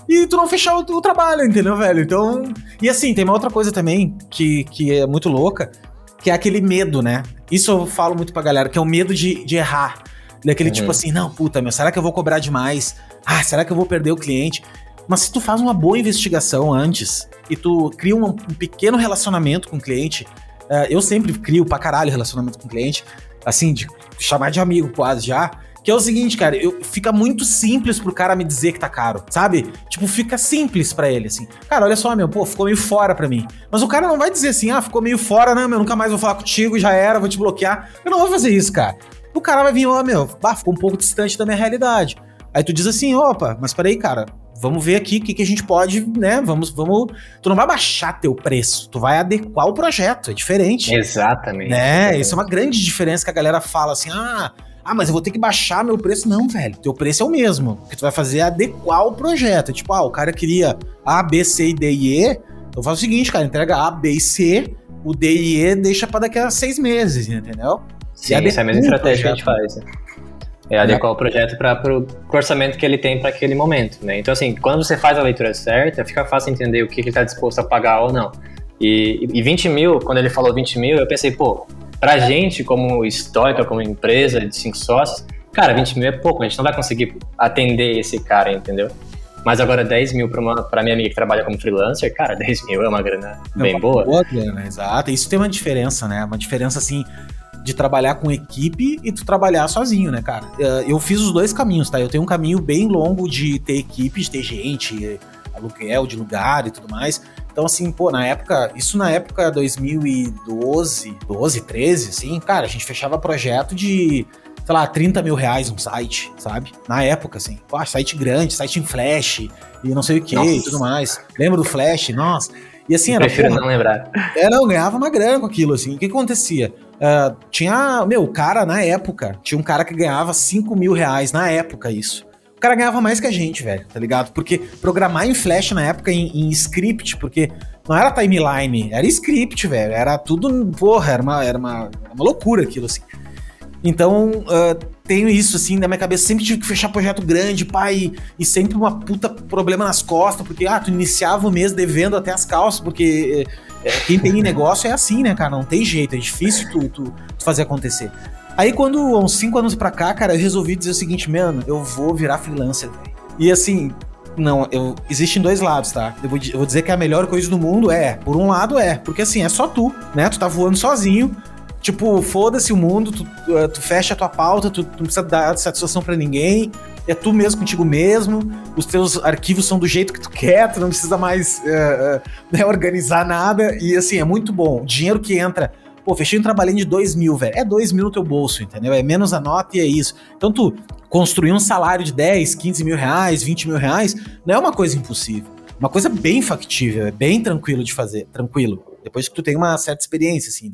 e tu não fechar o, o trabalho, entendeu, velho? Então, e assim, tem uma outra coisa também que, que é muito louca, que é aquele medo, né? Isso eu falo muito pra galera, que é o medo de, de errar. Daquele uhum. tipo assim, não, puta, meu, será que eu vou cobrar demais? Ah, será que eu vou perder o cliente? Mas se tu faz uma boa investigação antes e tu cria um, um pequeno relacionamento com o cliente, uh, eu sempre crio pra caralho relacionamento com o cliente, assim, de chamar de amigo quase já, que é o seguinte, cara, eu, fica muito simples pro cara me dizer que tá caro, sabe? Tipo, fica simples pra ele, assim. Cara, olha só, meu, pô, ficou meio fora pra mim. Mas o cara não vai dizer assim, ah, ficou meio fora, não, meu, nunca mais vou falar contigo, já era, vou te bloquear. Eu não vou fazer isso, cara. O cara vai vir, ó, meu, bah, ficou um pouco distante da minha realidade. Aí tu diz assim, opa, mas peraí, cara, vamos ver aqui o que, que a gente pode, né, vamos, vamos... Tu não vai baixar teu preço, tu vai adequar o projeto, é diferente. Exatamente. Né, exatamente. Isso é uma grande diferença que a galera fala assim, ah, ah, mas eu vou ter que baixar meu preço. Não, velho, teu preço é o mesmo. O que tu vai fazer é adequar o projeto. Tipo, ah, o cara queria A, B, C, D e E, então faz o seguinte, cara, entrega A, B e C, o D e E deixa pra daqui a seis meses, entendeu? Sim, essa é a mesma estratégia que a gente faz, né? É adequar é. o projeto para o orçamento que ele tem para aquele momento, né? Então, assim, quando você faz a leitura certa, fica fácil entender o que ele está disposto a pagar ou não. E, e vinte mil, quando ele falou vinte mil, eu pensei, pô, pra gente, como histórica, como empresa de cinco sócios, cara, vinte mil é pouco, a gente não vai conseguir atender esse cara, entendeu? Mas agora dez mil para uma, pra minha amiga que trabalha como freelancer, cara, dez mil é uma grana é bem uma boa. boa grana, exato. Isso tem uma diferença, né? Uma diferença, assim, de trabalhar com equipe e tu trabalhar sozinho, né, cara? Eu fiz os dois caminhos, tá? Eu tenho um caminho bem longo de ter equipe, de ter gente, aluguel de lugar e tudo mais. Então, assim, pô, na época, isso na época dois mil e doze, doze, treze, assim, cara, a gente fechava projeto de, sei lá, trinta mil reais um site, sabe? Na época, assim, pô, site grande, site em flash e não sei o que e tudo mais. Lembra do flash? Nossa. E assim, era... Prefiro não lembrar. É, não, ganhava uma grana com aquilo, assim. O que acontecia? Uh, tinha, meu, o cara, na época, tinha um cara que ganhava cinco mil reais, na época, isso. O cara ganhava mais que a gente, velho, tá ligado? Porque programar em Flash na época, em, em script, porque não era timeline, era script, velho. Era tudo, porra, era uma, era uma, era uma loucura aquilo, assim. Então, uh, tenho isso, assim, na minha cabeça. Sempre tive que fechar projeto grande, pai, e, e sempre uma puta problema nas costas, porque, ah, tu iniciava o mês devendo até as calças, porque é, quem tem negócio é assim, né, cara? Não tem jeito, é difícil tu, tu, tu fazer acontecer. Aí, quando, uns cinco anos pra cá, cara, eu resolvi dizer o seguinte, mano, eu vou virar freelancer, velho. E assim, não, eu, existem dois lados, tá? Eu vou, eu vou dizer que a melhor coisa do mundo é, por um lado é, porque assim, é só tu, né? Tu tá voando sozinho, tipo, foda-se o mundo, tu, tu, tu fecha a tua pauta, tu, tu não precisa dar satisfação pra ninguém, é tu mesmo contigo mesmo, os teus arquivos são do jeito que tu quer, tu não precisa mais uh, uh, né, organizar nada, e assim, é muito bom. O dinheiro que entra... Pô, fechei um trabalhinho de dois mil, velho. É dois mil no teu bolso, entendeu? É menos a nota e é isso. Então, tu construir um salário de dez, quinze mil reais, vinte mil reais, não é uma coisa impossível. Uma coisa bem factível, é bem tranquilo de fazer. Tranquilo. Depois que tu tem uma certa experiência, assim, né?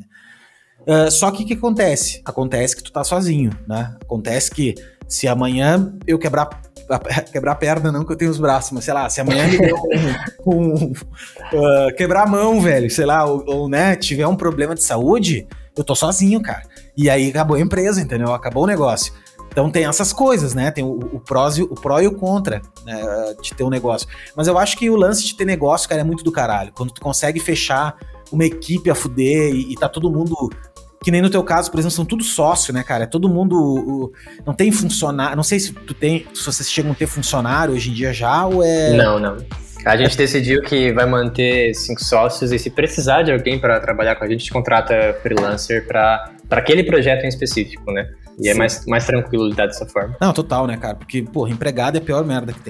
Uh, só que o que acontece? Acontece que tu tá sozinho, né? Acontece que se amanhã eu quebrar... Quebrar a perna, não que eu tenho os braços, mas sei lá, se amanhã me der um, um, um, uh, quebrar a mão, velho, sei lá, ou, ou né, tiver um problema de saúde, eu tô sozinho, cara. E aí acabou a empresa, entendeu? Acabou o negócio. Então tem essas coisas, né? Tem o, o, pró, o pró e o contra, né, de ter um negócio. Mas eu acho que o lance de ter negócio, cara, é muito do caralho. Quando tu consegue fechar uma equipe a fuder e, e tá todo mundo... Que nem no teu caso, por exemplo, são tudo sócio, né, cara? É todo mundo... O, não tem funcionário... Não sei se tu tem... Se vocês chegam a ter funcionário hoje em dia já, ou é... Não, não. A gente decidiu que vai manter cinco sócios e se precisar de alguém para trabalhar com a gente, a gente contrata freelancer para aquele projeto em específico, né? E Sim. é mais, mais tranquilo lidar dessa forma. Não, total, né, cara? Porque, porra, empregado é a pior merda que tem.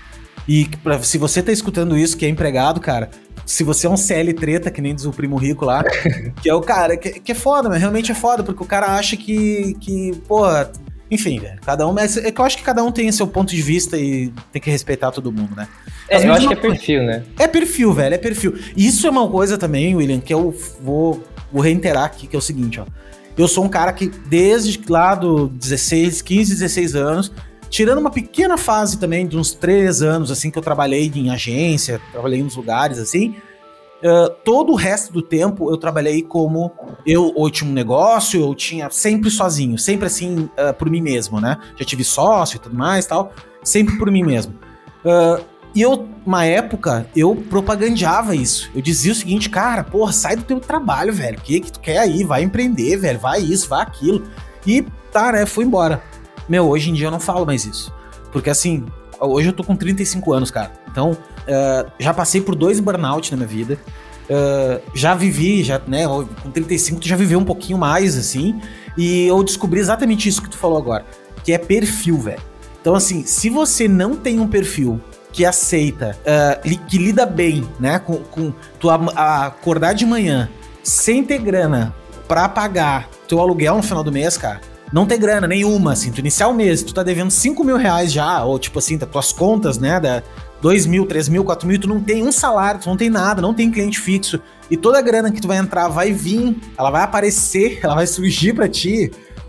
E pra, se você tá escutando isso, que é empregado, cara... Se você é um C L treta, que nem diz o Primo Rico lá, que é o cara, que, que é foda, mas realmente é foda, porque o cara acha que, que porra, enfim, velho, cada um, é que eu acho que cada um tem seu ponto de vista e tem que respeitar todo mundo, né? É, eu acho que é perfil, né? É perfil, velho, é perfil. Isso é uma coisa também, William, que eu vou, vou reiterar aqui, que é o seguinte, ó. Eu sou um cara que desde lá do dezesseis, quinze, dezesseis anos, tirando uma pequena fase também de uns três anos, assim, que eu trabalhei em agência, trabalhei nos lugares, assim, uh, todo o resto do tempo eu trabalhei como eu ou tinha um negócio, eu tinha sempre sozinho, sempre assim, uh, por mim mesmo, né? Já tive sócio e tudo mais, tal, sempre por mim mesmo. Uh, E eu, uma época, eu propagandeava isso. Eu dizia o seguinte, cara, porra, sai do teu trabalho, velho. O que que tu quer aí? Vai empreender, velho. Vai isso, vai aquilo. E tá, né? Fui embora. Meu, hoje em dia eu não falo mais isso. Porque assim, hoje eu tô com trinta e cinco anos, cara. Então, uh, já passei por dois burnout na minha vida. Uh, já vivi, já, né? Com trinta e cinco tu já viveu um pouquinho mais, assim. E eu descobri exatamente isso que tu falou agora. Que é perfil, velho. Então, assim, se você não tem um perfil que aceita, uh, li, que lida bem, né, com, com tu a, a acordar de manhã sem ter grana pra pagar teu aluguel no final do mês, cara, não ter grana nenhuma, assim, tu iniciar o mês, tu tá devendo cinco mil reais já, ou tipo assim, tá, tuas contas, né, da dois mil, três mil, quatro mil, tu não tem um salário, tu não tem nada, não tem cliente fixo, e toda a grana que tu vai entrar vai vir, ela vai aparecer, ela vai surgir pra ti,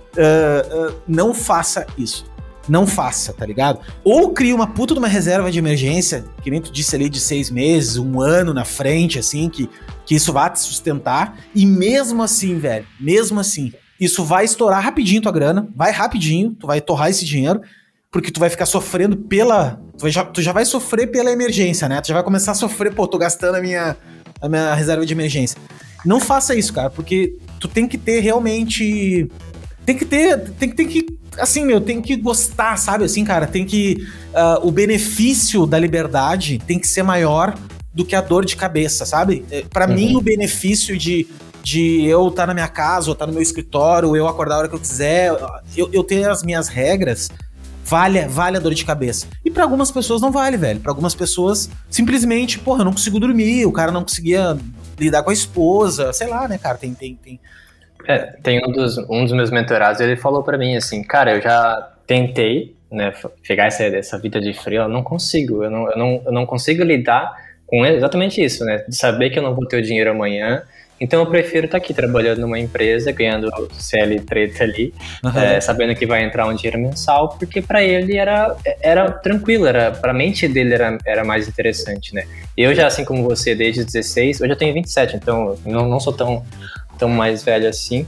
uh, uh, não faça isso. Não faça, tá ligado? Ou cria uma puta de uma reserva de emergência, que nem tu disse ali, de seis meses, um ano na frente, assim, que, que isso vai te sustentar. E mesmo assim, velho, mesmo assim, isso vai estourar rapidinho tua grana, vai rapidinho, tu vai torrar esse dinheiro, porque tu vai ficar sofrendo pela... Tu, vai já, tu já vai sofrer pela emergência, né? Tu já vai começar a sofrer, pô, tô gastando a minha, a minha reserva de emergência. Não faça isso, cara, porque tu tem que ter realmente... Tem que ter... Tem, tem que... Assim, meu, tem que gostar, sabe? Assim, cara, tem que... Uh, o benefício da liberdade tem que ser maior do que a dor de cabeça, sabe? Pra uhum. mim, o benefício de, de eu estar tá na minha casa, ou estar tá no meu escritório, eu acordar a hora que eu quiser, eu, eu ter as minhas regras, vale, vale a dor de cabeça. E pra algumas pessoas não vale, velho. Pra algumas pessoas, simplesmente, porra, eu não consigo dormir, o cara não conseguia lidar com a esposa, sei lá, né, cara? Tem... tem, tem É, tem um dos, um dos meus mentorados, ele falou pra mim assim, cara, eu já tentei, né, pegar essa, essa vida de frio, eu não consigo, eu não, eu, não, eu não consigo lidar com exatamente isso, né, de saber que eu não vou ter o dinheiro amanhã, então eu prefiro estar aqui trabalhando numa empresa, ganhando C L treta ali, uhum. é, sabendo que vai entrar um dinheiro mensal, porque pra ele era, era tranquilo, era, pra mente dele era, era mais interessante, né. Eu já, assim como você, desde dezesseis, hoje eu tenho vinte e sete, então não, não sou tão... tão mais velho assim,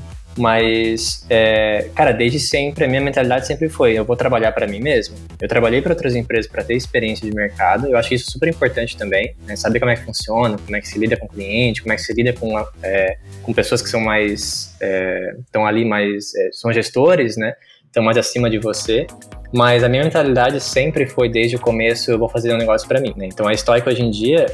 mas, é, cara, desde sempre, a minha mentalidade sempre foi, eu vou trabalhar para mim mesmo. Eu trabalhei para outras empresas para ter experiência de mercado, eu acho isso super importante também, né? Saber como é que funciona, como é que se lida com o cliente, como é que se lida com, é, com pessoas que são mais, estão é, ali mais, é, são gestores, né? Estão mais acima de você, mas a minha mentalidade sempre foi, desde o começo, eu vou fazer um negócio para mim, né? Então a Stoic hoje em dia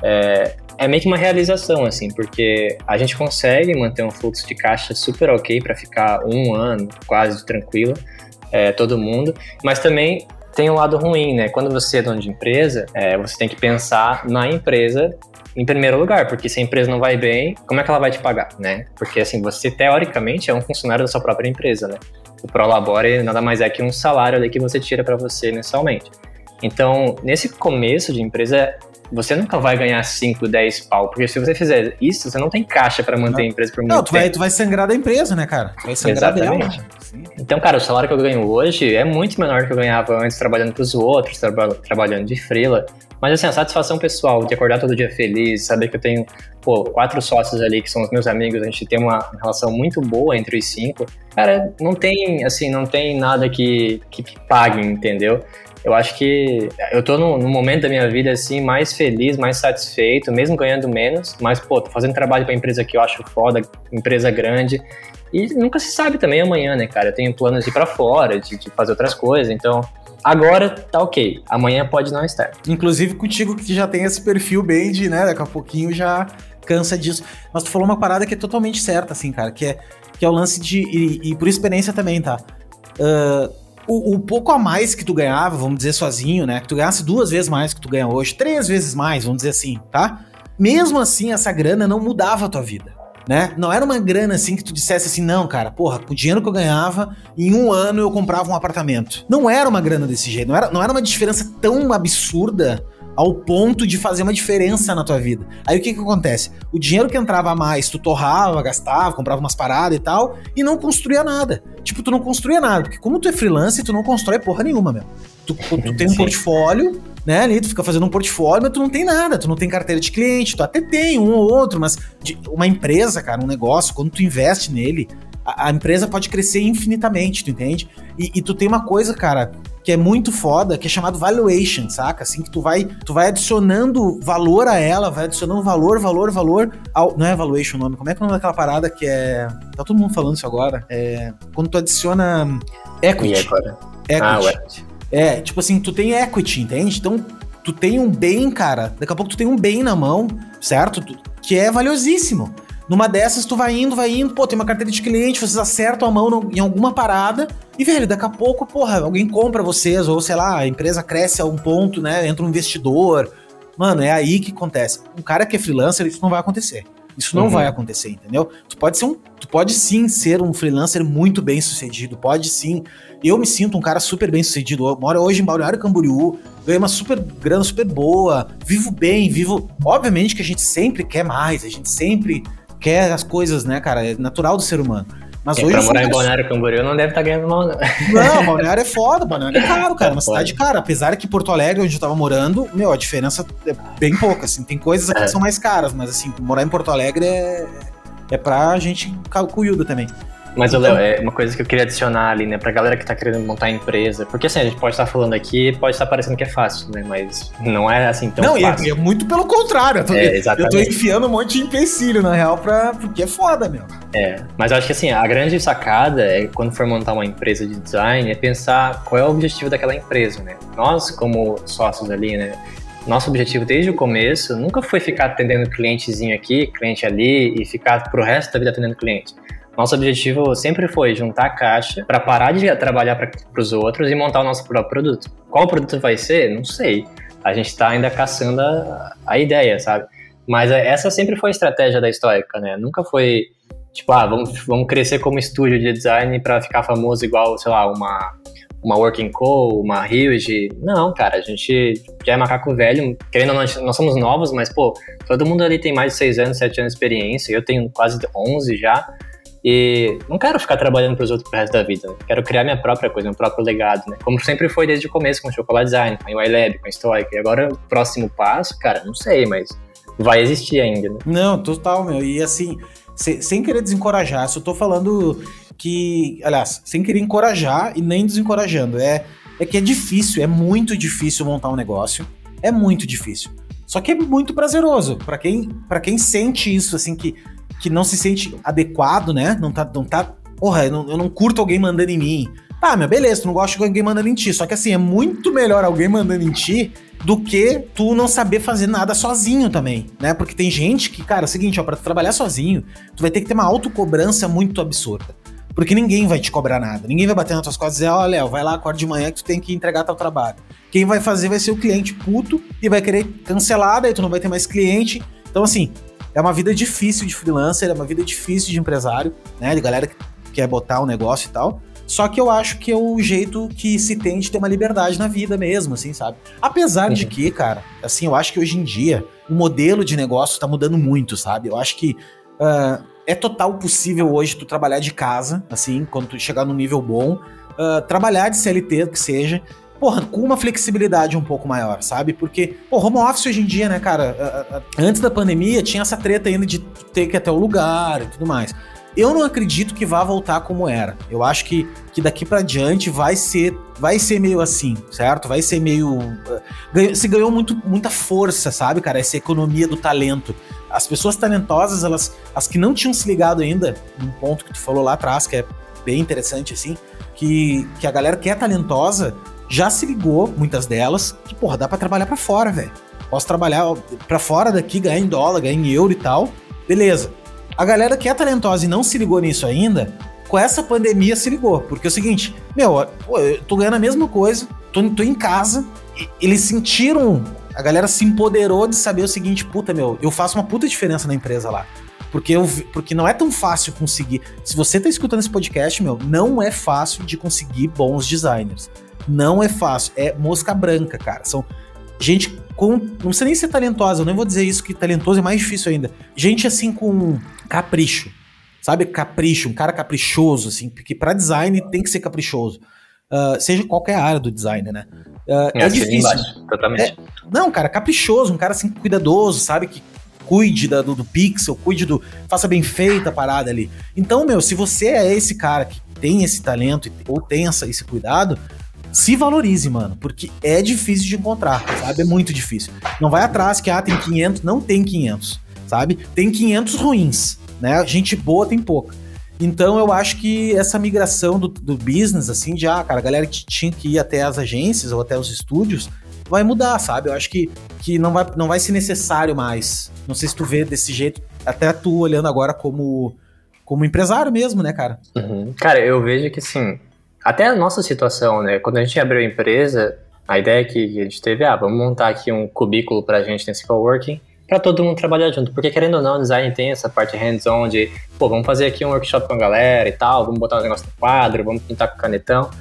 é, é meio que uma realização, assim, porque a gente consegue manter um fluxo de caixa super ok para ficar um ano quase tranquilo, é, todo mundo, mas também tem um lado ruim, né? Quando você é dono de empresa, é, você tem que pensar na empresa em primeiro lugar, porque se a empresa não vai bem, como é que ela vai te pagar, né? Porque, assim, você teoricamente é um funcionário da sua própria empresa, né? O Prolabore nada mais é que um salário ali que você tira para você mensalmente. Então, nesse começo de empresa, você nunca vai ganhar cinco, dez pau, porque se você fizer isso, você não tem caixa pra manter não. a empresa por muito não, tu tempo. Vai, tu vai sangrar da empresa, né, cara? Tu vai sangrar Exatamente. dela. Sim. Então, cara, o salário que eu ganho hoje é muito menor do que eu ganhava antes trabalhando pros outros, traba- trabalhando de freela. Mas, assim, a satisfação pessoal de acordar todo dia feliz, saber que eu tenho, pô, quatro sócios ali que são os meus amigos, a gente tem uma relação muito boa entre os cinco. Cara, não tem, assim, não tem nada que, que pague, entendeu? Eu acho que eu tô num, num momento da minha vida, assim, mais feliz, mais satisfeito, mesmo ganhando menos, mas, pô, tô fazendo trabalho pra empresa que eu acho foda, empresa grande, e nunca se sabe também amanhã, né, cara? Eu tenho planos de ir pra fora, de, de fazer outras coisas, então agora tá ok, amanhã pode não estar. Inclusive contigo que já tem esse perfil bem de, né, daqui a pouquinho já cansa disso. Mas tu falou uma parada que é totalmente certa, assim, cara, que é, que é o lance de, e, e por experiência também, tá? Uh, O, o pouco a mais que tu ganhava, vamos dizer sozinho, né? Que tu ganhasse duas vezes mais que tu ganha hoje, três vezes mais, vamos dizer assim, tá? Mesmo assim, essa grana não mudava a tua vida, né? Não era uma grana assim que tu dissesse assim, não, cara, porra, com o dinheiro que eu ganhava, em um ano eu comprava um apartamento. Não era uma grana desse jeito, não era, não era uma diferença tão absurda ao ponto de fazer uma diferença na tua vida. Aí o que que acontece? O dinheiro que entrava a mais, tu torrava, gastava, comprava umas paradas e tal, e não construía nada. Tipo, tu não construía nada, porque como tu é freelance, tu não constrói porra nenhuma, meu. Tu, tu tem um portfólio, né, ali, tu fica fazendo um portfólio, mas tu não tem nada, tu não tem carteira de cliente, tu até tem um ou outro, mas de, uma empresa, cara, um negócio, quando tu investe nele, a, a empresa pode crescer infinitamente, tu entende? E, e tu tem uma coisa, cara, que que é muito foda, que é chamado valuation, saca? Assim, que tu vai, tu vai adicionando valor a ela, vai adicionando valor, valor, valor, ao, não é valuation o nome, como é que é o nome daquela parada que é, tá todo mundo falando isso agora, é, quando tu adiciona equity. E agora? Equity. Ah, o equity. É, tipo assim, tu tem equity, entende? Então, tu tem um bem, cara, daqui a pouco tu tem um bem na mão, certo? Tu, que é valiosíssimo. Numa dessas, tu vai indo, vai indo, pô, tem uma carteira de cliente, vocês acertam a mão no, em alguma parada, e, velho, daqui a pouco, porra, alguém compra vocês, ou sei lá, a empresa cresce a um ponto, né, entra um investidor. Mano, é aí que acontece. Um cara que é freelancer, isso não vai acontecer. Isso não uhum. vai acontecer, entendeu? Tu pode ser um, tu pode sim ser um freelancer muito bem sucedido, pode sim. Eu me sinto um cara super bem sucedido. Eu moro hoje em Balneário Camboriú, ganho uma super grana super boa, vivo bem, vivo. Obviamente que a gente sempre quer mais, a gente sempre quer as coisas, né, cara? É natural do ser humano. Mas é, hoje pra morar um em Balneário Camboriú não deve estar tá ganhando mal, não. Não, Balneário é foda, Balneário é caro, cara. É uma cidade cara. Apesar que Porto Alegre, onde eu tava morando, meu, a diferença é bem pouca, assim. Tem coisas aqui é. que são mais caras, mas assim, morar em Porto Alegre é, é pra gente calcuiuda também. Mas, então, Léo, é uma coisa que eu queria adicionar ali, né, pra galera que tá querendo montar empresa, porque assim, a gente pode estar falando aqui, pode estar parecendo que é fácil, né, mas não é assim tão não, fácil. Não, e é muito pelo contrário, eu tô, é, eu tô enfiando um monte de empecilho, na real, pra, porque é foda, meu. É, mas eu acho que assim, a grande sacada é, quando for montar uma empresa de design, é pensar qual é o objetivo daquela empresa, né. Nós, como sócios ali, né, nosso objetivo desde o começo nunca foi ficar atendendo clientezinho aqui, cliente ali, e ficar pro resto da vida atendendo cliente. Nosso objetivo sempre foi juntar a caixa para parar de trabalhar para os outros e montar o nosso próprio produto. Qual produto vai ser? Não sei. A gente está ainda caçando a, a ideia, sabe? Mas essa sempre foi a estratégia da Stoica, né? Nunca foi, tipo, ah, vamos, vamos crescer como estúdio de design para ficar famoso igual, sei lá, uma, uma Working Co, uma Huge. Não, cara, a gente já é macaco velho. Querendo ou não, nós somos novos, mas, pô, todo mundo ali tem mais de seis anos, sete anos de experiência. Eu tenho quase onze já. E não quero ficar trabalhando para os outros pro resto da vida, né? Quero criar minha própria coisa, meu próprio legado, né? Como sempre foi desde o começo com o Chocolate Design, com a U I Lab, com a Stoica. E agora o próximo passo, cara, não sei, mas vai existir ainda, né? Não, total, meu. E assim, se, sem querer desencorajar, só tô falando que, aliás, sem querer encorajar e nem desencorajando, é, é que é difícil, é muito difícil montar um negócio, é muito difícil. Só que é muito prazeroso, para quem, para quem sente isso, assim, que que não se sente adequado, né? Não tá, não tá, porra, eu não, eu não curto alguém mandando em mim. Tá, meu, beleza, tu não gosta de alguém mandando em ti. Só que assim, é muito melhor alguém mandando em ti do que tu não saber fazer nada sozinho também, né? Porque tem gente que, cara, é o seguinte, ó, pra tu trabalhar sozinho, tu vai ter que ter uma autocobrança muito absurda. Porque ninguém vai te cobrar nada. Ninguém vai bater nas tuas costas e dizer, ó, Léo, vai lá, acorda de manhã que tu tem que entregar teu trabalho. Quem vai fazer vai ser o cliente puto e vai querer cancelar, daí tu não vai ter mais cliente. Então, assim, é uma vida difícil de freelancer, é uma vida difícil de empresário, né? De galera que quer botar um negócio e tal. Só que eu acho que é o jeito que se tem de ter uma liberdade na vida mesmo, assim, sabe? Apesar uhum. de que, cara, assim, eu acho que hoje em dia o modelo de negócio tá mudando muito, sabe? Eu acho que uh, é total possível hoje tu trabalhar de casa, assim, quando tu chegar num nível bom, uh, trabalhar de C L T, que seja, porra, com uma flexibilidade um pouco maior, sabe? Porque, pô, home office hoje em dia, né, cara, antes da pandemia tinha essa treta ainda de ter que ir até o lugar e tudo mais. Eu não acredito que vá voltar como era. Eu acho que, que daqui pra diante vai ser, vai ser meio assim, certo? Vai ser meio... Ganhou, se ganhou muito, muita força, sabe, cara? Essa economia do talento. As pessoas talentosas, elas, as que não tinham se ligado ainda, num ponto que tu falou lá atrás, que é bem interessante, assim, que, que a galera que é talentosa já se ligou, muitas delas, que, porra, dá pra trabalhar pra fora, velho. Posso trabalhar pra fora daqui, ganhar em dólar, ganhar em euro e tal. Beleza. A galera que é talentosa e não se ligou nisso ainda, com essa pandemia se ligou. Porque é o seguinte, meu, pô, eu tô ganhando a mesma coisa, tô, tô em casa, eles sentiram, a galera se empoderou de saber o seguinte, puta, meu, eu faço uma puta diferença na empresa lá. Porque, eu, porque não é tão fácil conseguir. Se você tá escutando esse podcast, meu, não é fácil de conseguir bons designers. Não é fácil, é mosca branca, cara. São gente com... Não precisa nem ser talentosa, eu nem vou dizer isso, que talentoso é mais difícil ainda. Gente, assim, com capricho, sabe? Capricho, um cara caprichoso, assim, porque pra design tem que ser caprichoso. Uh, seja qualquer área do design, né? Uh, é, é difícil. Embaixo, totalmente. É, não, cara, caprichoso, um cara, assim, cuidadoso, sabe? Que cuide da, do, do pixel, cuide do... Faça bem feita a parada ali. Então, meu, se você é esse cara que tem esse talento ou tem essa, esse cuidado... se valorize, mano, porque é difícil de encontrar, sabe? É muito difícil. Não vai atrás que, ah, tem quinhentos, não tem quinhentos, sabe? Tem quinhentos ruins, né? Gente boa tem pouca. Então eu acho que essa migração do, do business, assim, de, ah, cara, a galera que tinha que ir até as agências ou até os estúdios, vai mudar, sabe? Eu acho que, que não, vai, não vai ser necessário mais. Não sei se tu vê desse jeito, até tu olhando agora como, como empresário mesmo, né, cara? Uhum. Cara, eu vejo que, assim, até a nossa situação, né? Quando a gente abriu a empresa, a ideia que a gente teve, ah, vamos montar aqui um cubículo pra gente nesse coworking, pra todo mundo trabalhar junto. Porque, querendo ou não, o design tem essa parte hands-on de, pô, vamos fazer aqui um workshop com a galera e tal, vamos botar um negócio no quadro, vamos pintar com canetão.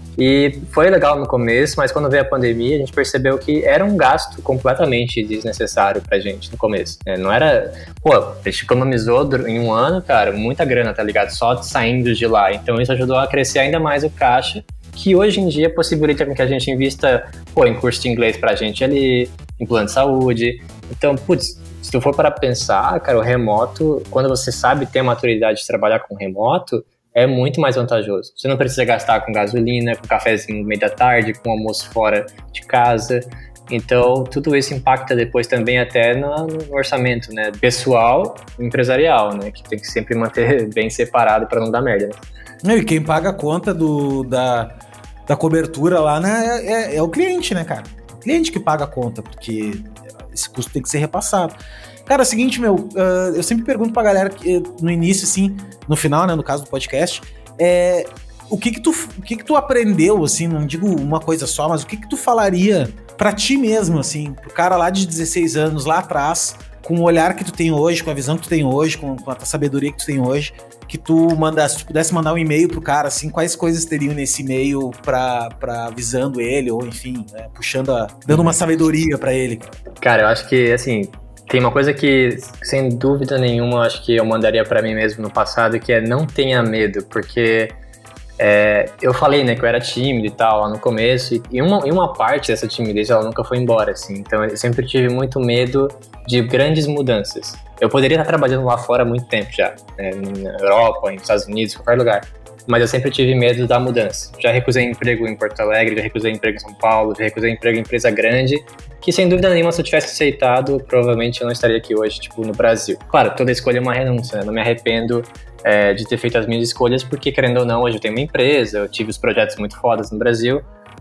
E foi legal no começo, mas quando veio a pandemia, a gente percebeu que era um gasto completamente desnecessário pra gente no começo. Né? Não era... Pô, a gente economizou em um ano, cara, muita grana, tá ligado? Só saindo de lá. Então isso ajudou a crescer ainda mais o caixa, que hoje em dia possibilita com que a gente invista, pô, em curso de inglês pra gente ali, em plano de saúde. Então, putz, se tu for para pensar, cara, o remoto, quando você sabe ter a maturidade de trabalhar com remoto, é muito mais vantajoso. Você não precisa gastar com gasolina, com cafezinho no meio da tarde, com almoço fora de casa. Então, tudo isso impacta depois também até no, no orçamento, né? Pessoal e empresarial, né? Que tem que sempre manter bem separado para não dar merda, né? E quem paga a conta do, da, da cobertura lá, né, é, é o cliente, né, cara? O cliente que paga a conta, porque esse custo tem que ser repassado. Cara, é o seguinte, meu, uh, eu sempre pergunto pra galera que, no início, assim, no final, né, no caso do podcast, é, o que que tu, o que que tu aprendeu, assim, não digo uma coisa só, mas o que que tu falaria pra ti mesmo, assim, pro cara lá de dezesseis anos, lá atrás, com o olhar que tu tem hoje, com a visão que tu tem hoje, com, com a sabedoria que tu tem hoje, que tu mandasse, se tu pudesse mandar um e-mail pro cara, assim, quais coisas teriam nesse e-mail pra, pra avisando ele, ou enfim, né, puxando a, dando uma sabedoria pra ele? Cara, eu acho que, assim, tem uma coisa que, sem dúvida nenhuma, acho que eu mandaria pra mim mesmo no passado, que é não tenha medo, porque é, eu falei, né, que eu era tímido e tal lá no começo, e uma, e uma parte dessa timidez, ela nunca foi embora, assim, então eu sempre tive muito medo de grandes mudanças. Eu poderia estar trabalhando lá fora há muito tempo já, né, na Europa, nos Estados Unidos, qualquer lugar, mas eu sempre tive medo da mudança. Já recusei emprego em Porto Alegre, já recusei emprego em São Paulo, já recusei emprego em empresa grande, que sem dúvida nenhuma, se eu tivesse aceitado, provavelmente eu não estaria aqui hoje, tipo, no Brasil. Claro, toda escolha é uma renúncia, né? Não me arrependo é, de ter feito as minhas escolhas, porque, querendo ou não, hoje eu tenho uma empresa, eu tive os projetos muito fodas no Brasil,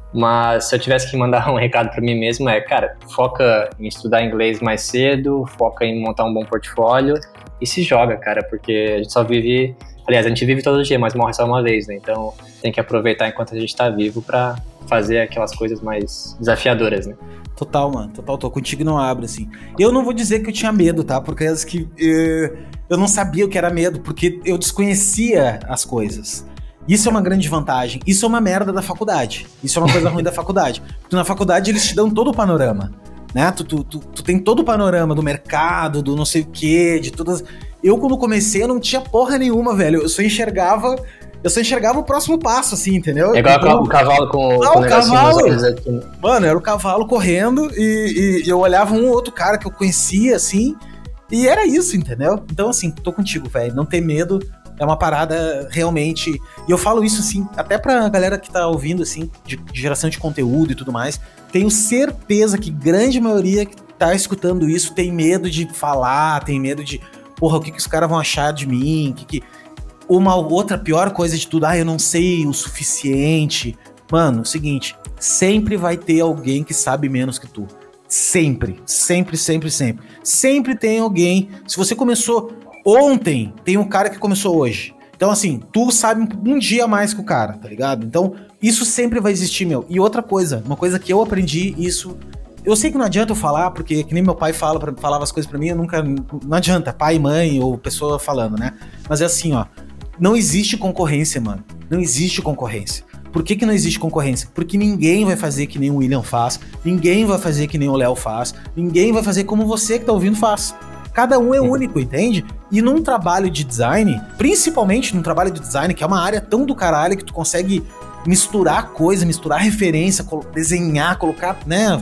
mas se eu tivesse que mandar um recado pra mim mesmo, é, cara, foca em estudar inglês mais cedo, foca em montar um bom portfólio e se joga, cara, porque a gente só vive... Aliás, a gente vive todo dia, mas morre só uma vez, né? Então tem que aproveitar enquanto a gente tá vivo pra fazer aquelas coisas mais desafiadoras, né? Total, mano. Total, tô contigo e não abre, assim. Eu não vou dizer que eu tinha medo, tá? Porque é que eu, eu não sabia o que era medo, porque eu desconhecia as coisas. Isso é uma grande vantagem. Isso é uma merda da faculdade. Isso é uma coisa ruim da faculdade. Porque na faculdade eles te dão todo o panorama, né? Tu, tu, tu, tu tem todo o panorama do mercado, do não sei o quê, de todas... Eu, quando comecei, eu não tinha porra nenhuma, velho. Eu só enxergava... Eu só enxergava o próximo passo, assim, entendeu? É igual então, o cavalo com, não, com o cavalo. Aqui. Mano, era o cavalo correndo e, e eu olhava um ou outro cara que eu conhecia, assim, e era isso, entendeu? Então, assim, tô contigo, velho. Não ter medo é uma parada realmente... E eu falo isso, assim, até pra galera que tá ouvindo, assim, de, de geração de conteúdo e tudo mais. Tenho certeza que grande maioria que tá escutando isso tem medo de falar, tem medo de... Porra, o que, que os caras vão achar de mim? O que que... Uma outra pior coisa de tudo, ah, eu não sei o suficiente. Mano, é o seguinte, sempre vai ter alguém que sabe menos que tu. Sempre, sempre, sempre, sempre. Sempre tem alguém. Se você começou ontem, tem um cara que começou hoje. Então, assim, tu sabe um dia a mais que o cara, tá ligado? Então, isso sempre vai existir, meu. E outra coisa, uma coisa que eu aprendi, isso... Eu sei que não adianta eu falar, porque que nem meu pai fala, pra, falava as coisas pra mim, eu nunca... Não adianta, pai, mãe ou pessoa falando, né? Mas é assim, ó. Não existe concorrência, mano. Não existe concorrência. Por que que não existe concorrência? Porque ninguém vai fazer que nem o William faz, ninguém vai fazer que nem o Léo faz, ninguém vai fazer como você que tá ouvindo faz. Cada um é único, entende? E num trabalho de design, principalmente num trabalho de design, que é uma área tão do caralho que tu consegue misturar coisa, misturar referência, desenhar, colocar, né?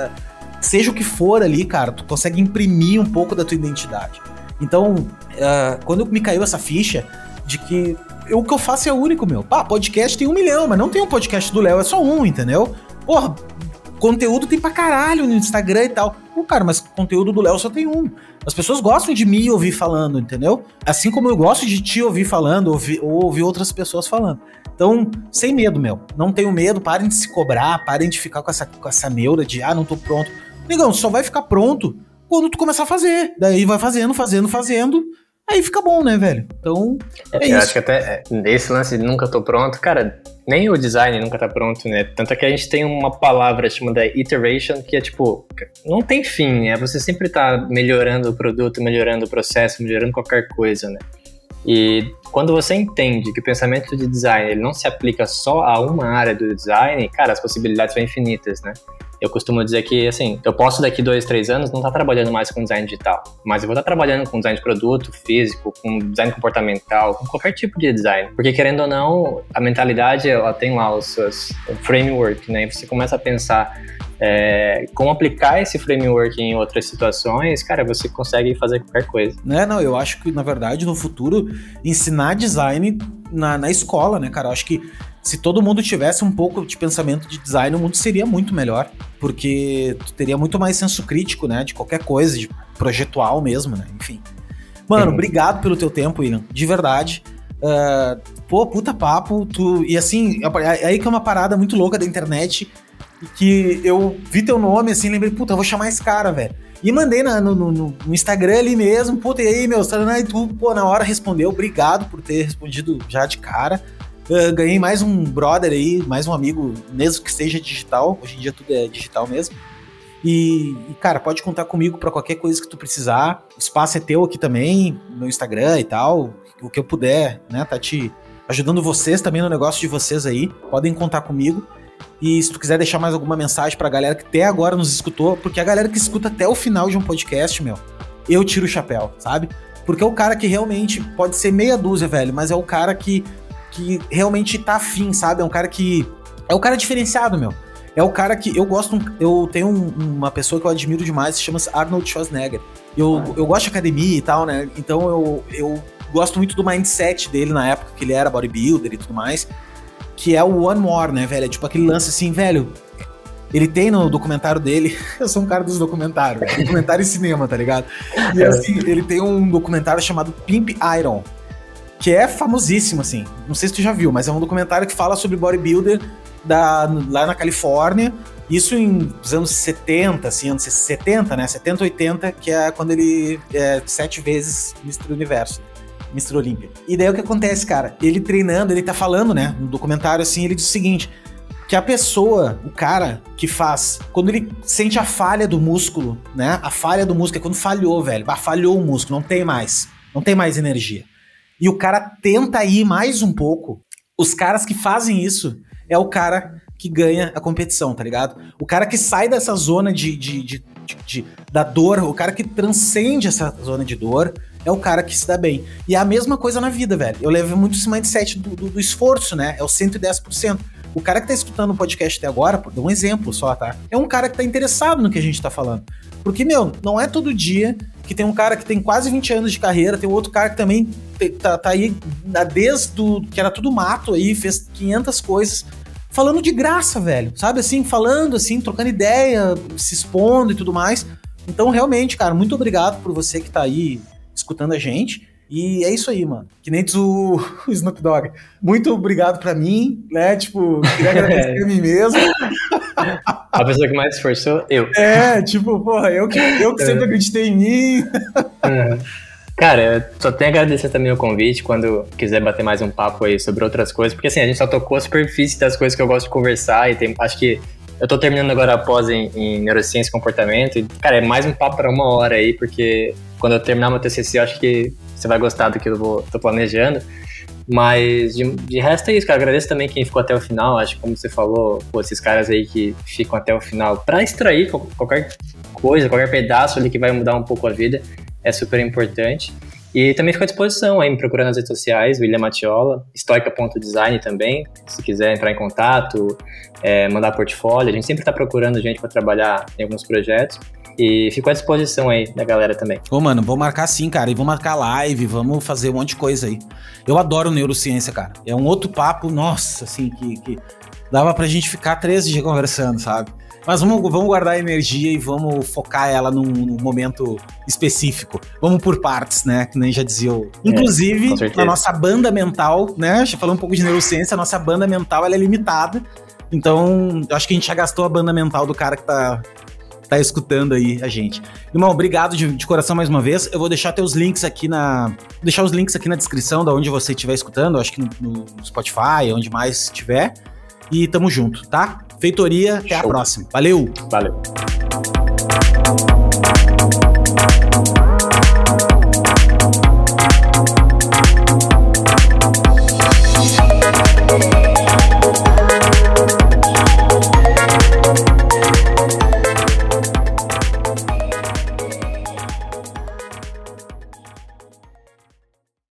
Seja o que for ali, cara, tu consegue imprimir um pouco da tua identidade. Então, uh, quando me caiu essa ficha de que eu, o que eu faço é único, meu. Pá, podcast tem um milhão, mas não tem um podcast do Léo, é só um, entendeu? Porra, conteúdo tem pra caralho no Instagram e tal. Pô, cara, mas conteúdo do Léo só tem um. As pessoas gostam de me ouvir falando, entendeu? Assim como eu gosto de te ouvir falando, ouvir, ou ouvir outras pessoas falando. Então, sem medo, meu. Não tenho medo, parem de se cobrar, parem de ficar com essa, com essa neura de, ah, não tô pronto. Negão, só vai ficar pronto quando tu começar a fazer. Daí vai fazendo, fazendo, fazendo. Aí fica bom, né, velho? Então, é eu isso. Eu acho que até esse lance de nunca tô pronto, cara, nem o design nunca tá pronto, né? Tanto é que a gente tem uma palavra chamada iteration, que é tipo, não tem fim, né? Você sempre tá melhorando o produto, melhorando o processo, melhorando qualquer coisa, né? E quando você entende que o pensamento de design ele não se aplica só a uma área do design, cara, as possibilidades são infinitas, né? Eu costumo dizer que, assim, eu posso daqui dois, três anos não estar trabalhando mais com design digital, mas eu vou estar trabalhando com design de produto, físico, com design comportamental, com qualquer tipo de design. Porque, querendo ou não, a mentalidade, ela tem lá os seus o framework, né? E você começa a pensar é, como aplicar esse framework em outras situações, cara, você consegue fazer qualquer coisa. Né, não, eu acho que, na verdade, no futuro, ensinar design na, na escola, né, cara? Eu acho que se todo mundo tivesse um pouco de pensamento de design, o mundo seria muito melhor, porque tu teria muito mais senso crítico, né, de qualquer coisa, de projetual mesmo, né, enfim. Mano, uhum. Obrigado pelo teu tempo, William, de verdade. Uh, pô, puta papo, tu... E assim, aí que é uma parada muito louca da internet, que eu vi teu nome, assim, lembrei, puta, eu vou chamar esse cara, velho. E mandei na, no, no, no Instagram ali mesmo, puta, e aí, meu, e tu, pô, na hora respondeu, obrigado por ter respondido já de cara. Uh, ganhei mais um brother aí, mais um amigo, mesmo que seja digital, hoje em dia tudo é digital mesmo. E, e cara, pode contar comigo pra qualquer coisa que tu precisar. O espaço é teu aqui também, no Instagram e tal, o que eu puder, né, tá te ajudando vocês também no negócio de vocês aí, podem contar comigo. E se tu quiser deixar mais alguma mensagem pra galera que até agora nos escutou, porque a galera que escuta até o final de um podcast, meu, eu tiro o chapéu, sabe? Porque é o cara que realmente pode ser meia dúzia, velho, mas é o cara que que realmente tá afim, sabe? É um cara que... É o cara diferenciado, meu. É o cara que... Eu gosto... Eu tenho um, uma pessoa que eu admiro demais, se chama Arnold Schwarzenegger. Eu, eu gosto de academia e tal, né? Então eu, eu gosto muito do mindset dele na época que ele era bodybuilder e tudo mais, que é o One More, né, velho? É tipo aquele lance assim, velho... Ele tem no documentário dele... Eu sou um cara dos documentários. Documentário e cinema, tá ligado? E assim, ele tem um documentário chamado Pimp Iron, que é famosíssimo, assim. Não sei se tu já viu, mas é um documentário que fala sobre bodybuilder da, lá na Califórnia. Isso em os anos setenta, assim, anos setenta, né? setenta, oitenta, que é quando ele é sete vezes mister Universo, mister Olímpia. E daí o que acontece, cara? Ele treinando, ele tá falando, né? No documentário, assim, ele diz o seguinte, que a pessoa, o cara que faz, quando ele sente a falha do músculo, né? A falha do músculo é quando falhou, velho. Ah, falhou o músculo, não tem mais. Não tem mais energia. E o cara tenta ir mais um pouco. Os caras que fazem isso é o cara que ganha a competição, tá ligado? O cara que sai dessa zona de, de, de, de, de da dor, o cara que transcende essa zona de dor, é o cara que se dá bem. E é a mesma coisa na vida, velho. Eu levo muito esse mindset do, do, do esforço, né? É o cento e dez por cento. O cara que tá escutando o podcast até agora, por dar um exemplo só, tá? É um cara que tá interessado no que a gente tá falando. Porque, meu, não é todo dia que tem um cara que tem quase vinte anos de carreira, tem outro cara que também tá, tá aí desde do, que era tudo mato aí, fez quinhentas coisas, falando de graça, velho, sabe assim, falando assim, trocando ideia, se expondo e tudo mais. Então, realmente, cara, muito obrigado por você que tá aí escutando a gente. E é isso aí, mano. Que nem diz o, o Snoop Dogg. Muito obrigado pra mim, né? Tipo, queria agradecer a mim mesmo. A pessoa que mais esforçou, eu. É, tipo, porra, eu que, eu que sempre acreditei em mim. Uhum. Cara, eu só tenho a agradecer também o convite, quando quiser bater mais um papo aí sobre outras coisas, porque assim, a gente só tocou a superfície das coisas que eu gosto de conversar e tem, acho que eu tô terminando agora a pós em, em neurociência e comportamento e, cara, é mais um papo para uma hora aí, porque quando eu terminar meu T C C, eu acho que você vai gostar do que eu vou, tô planejando. Mas de, de resto é isso, cara. Agradeço também quem ficou até o final. Acho que, como você falou, pô, esses caras aí que ficam até o final pra extrair qualquer coisa, qualquer pedaço ali que vai mudar um pouco a vida, é super importante. E também fico à disposição aí, me procurando nas redes sociais, William Matiola, stoica ponto design também, se quiser entrar em contato, é, mandar portfólio, a gente sempre está procurando gente para trabalhar em alguns projetos. E fico à disposição aí da galera também. Ô, mano, vou marcar sim, cara. E vou marcar live, vamos fazer um monte de coisa aí. Eu adoro neurociência, cara. É um outro papo, nossa, assim, que, que dava pra gente ficar três dias conversando, sabe? Mas vamos, vamos guardar a energia e vamos focar ela num, num momento específico. Vamos por partes, né? Que nem já dizia eu. Inclusive, é, na nossa banda mental, né? Já falou um pouco de neurociência, a nossa banda mental ela é limitada. Então, eu acho que a gente já gastou a banda mental do cara que tá... tá escutando aí a gente. Irmão, obrigado de, de coração mais uma vez. Eu vou deixar teus links aqui na... Vou deixar os links aqui na descrição da onde você estiver escutando, acho que no, no Spotify, onde mais estiver. E tamo junto, tá? Feitoria, até Show. A próxima. Valeu! Valeu!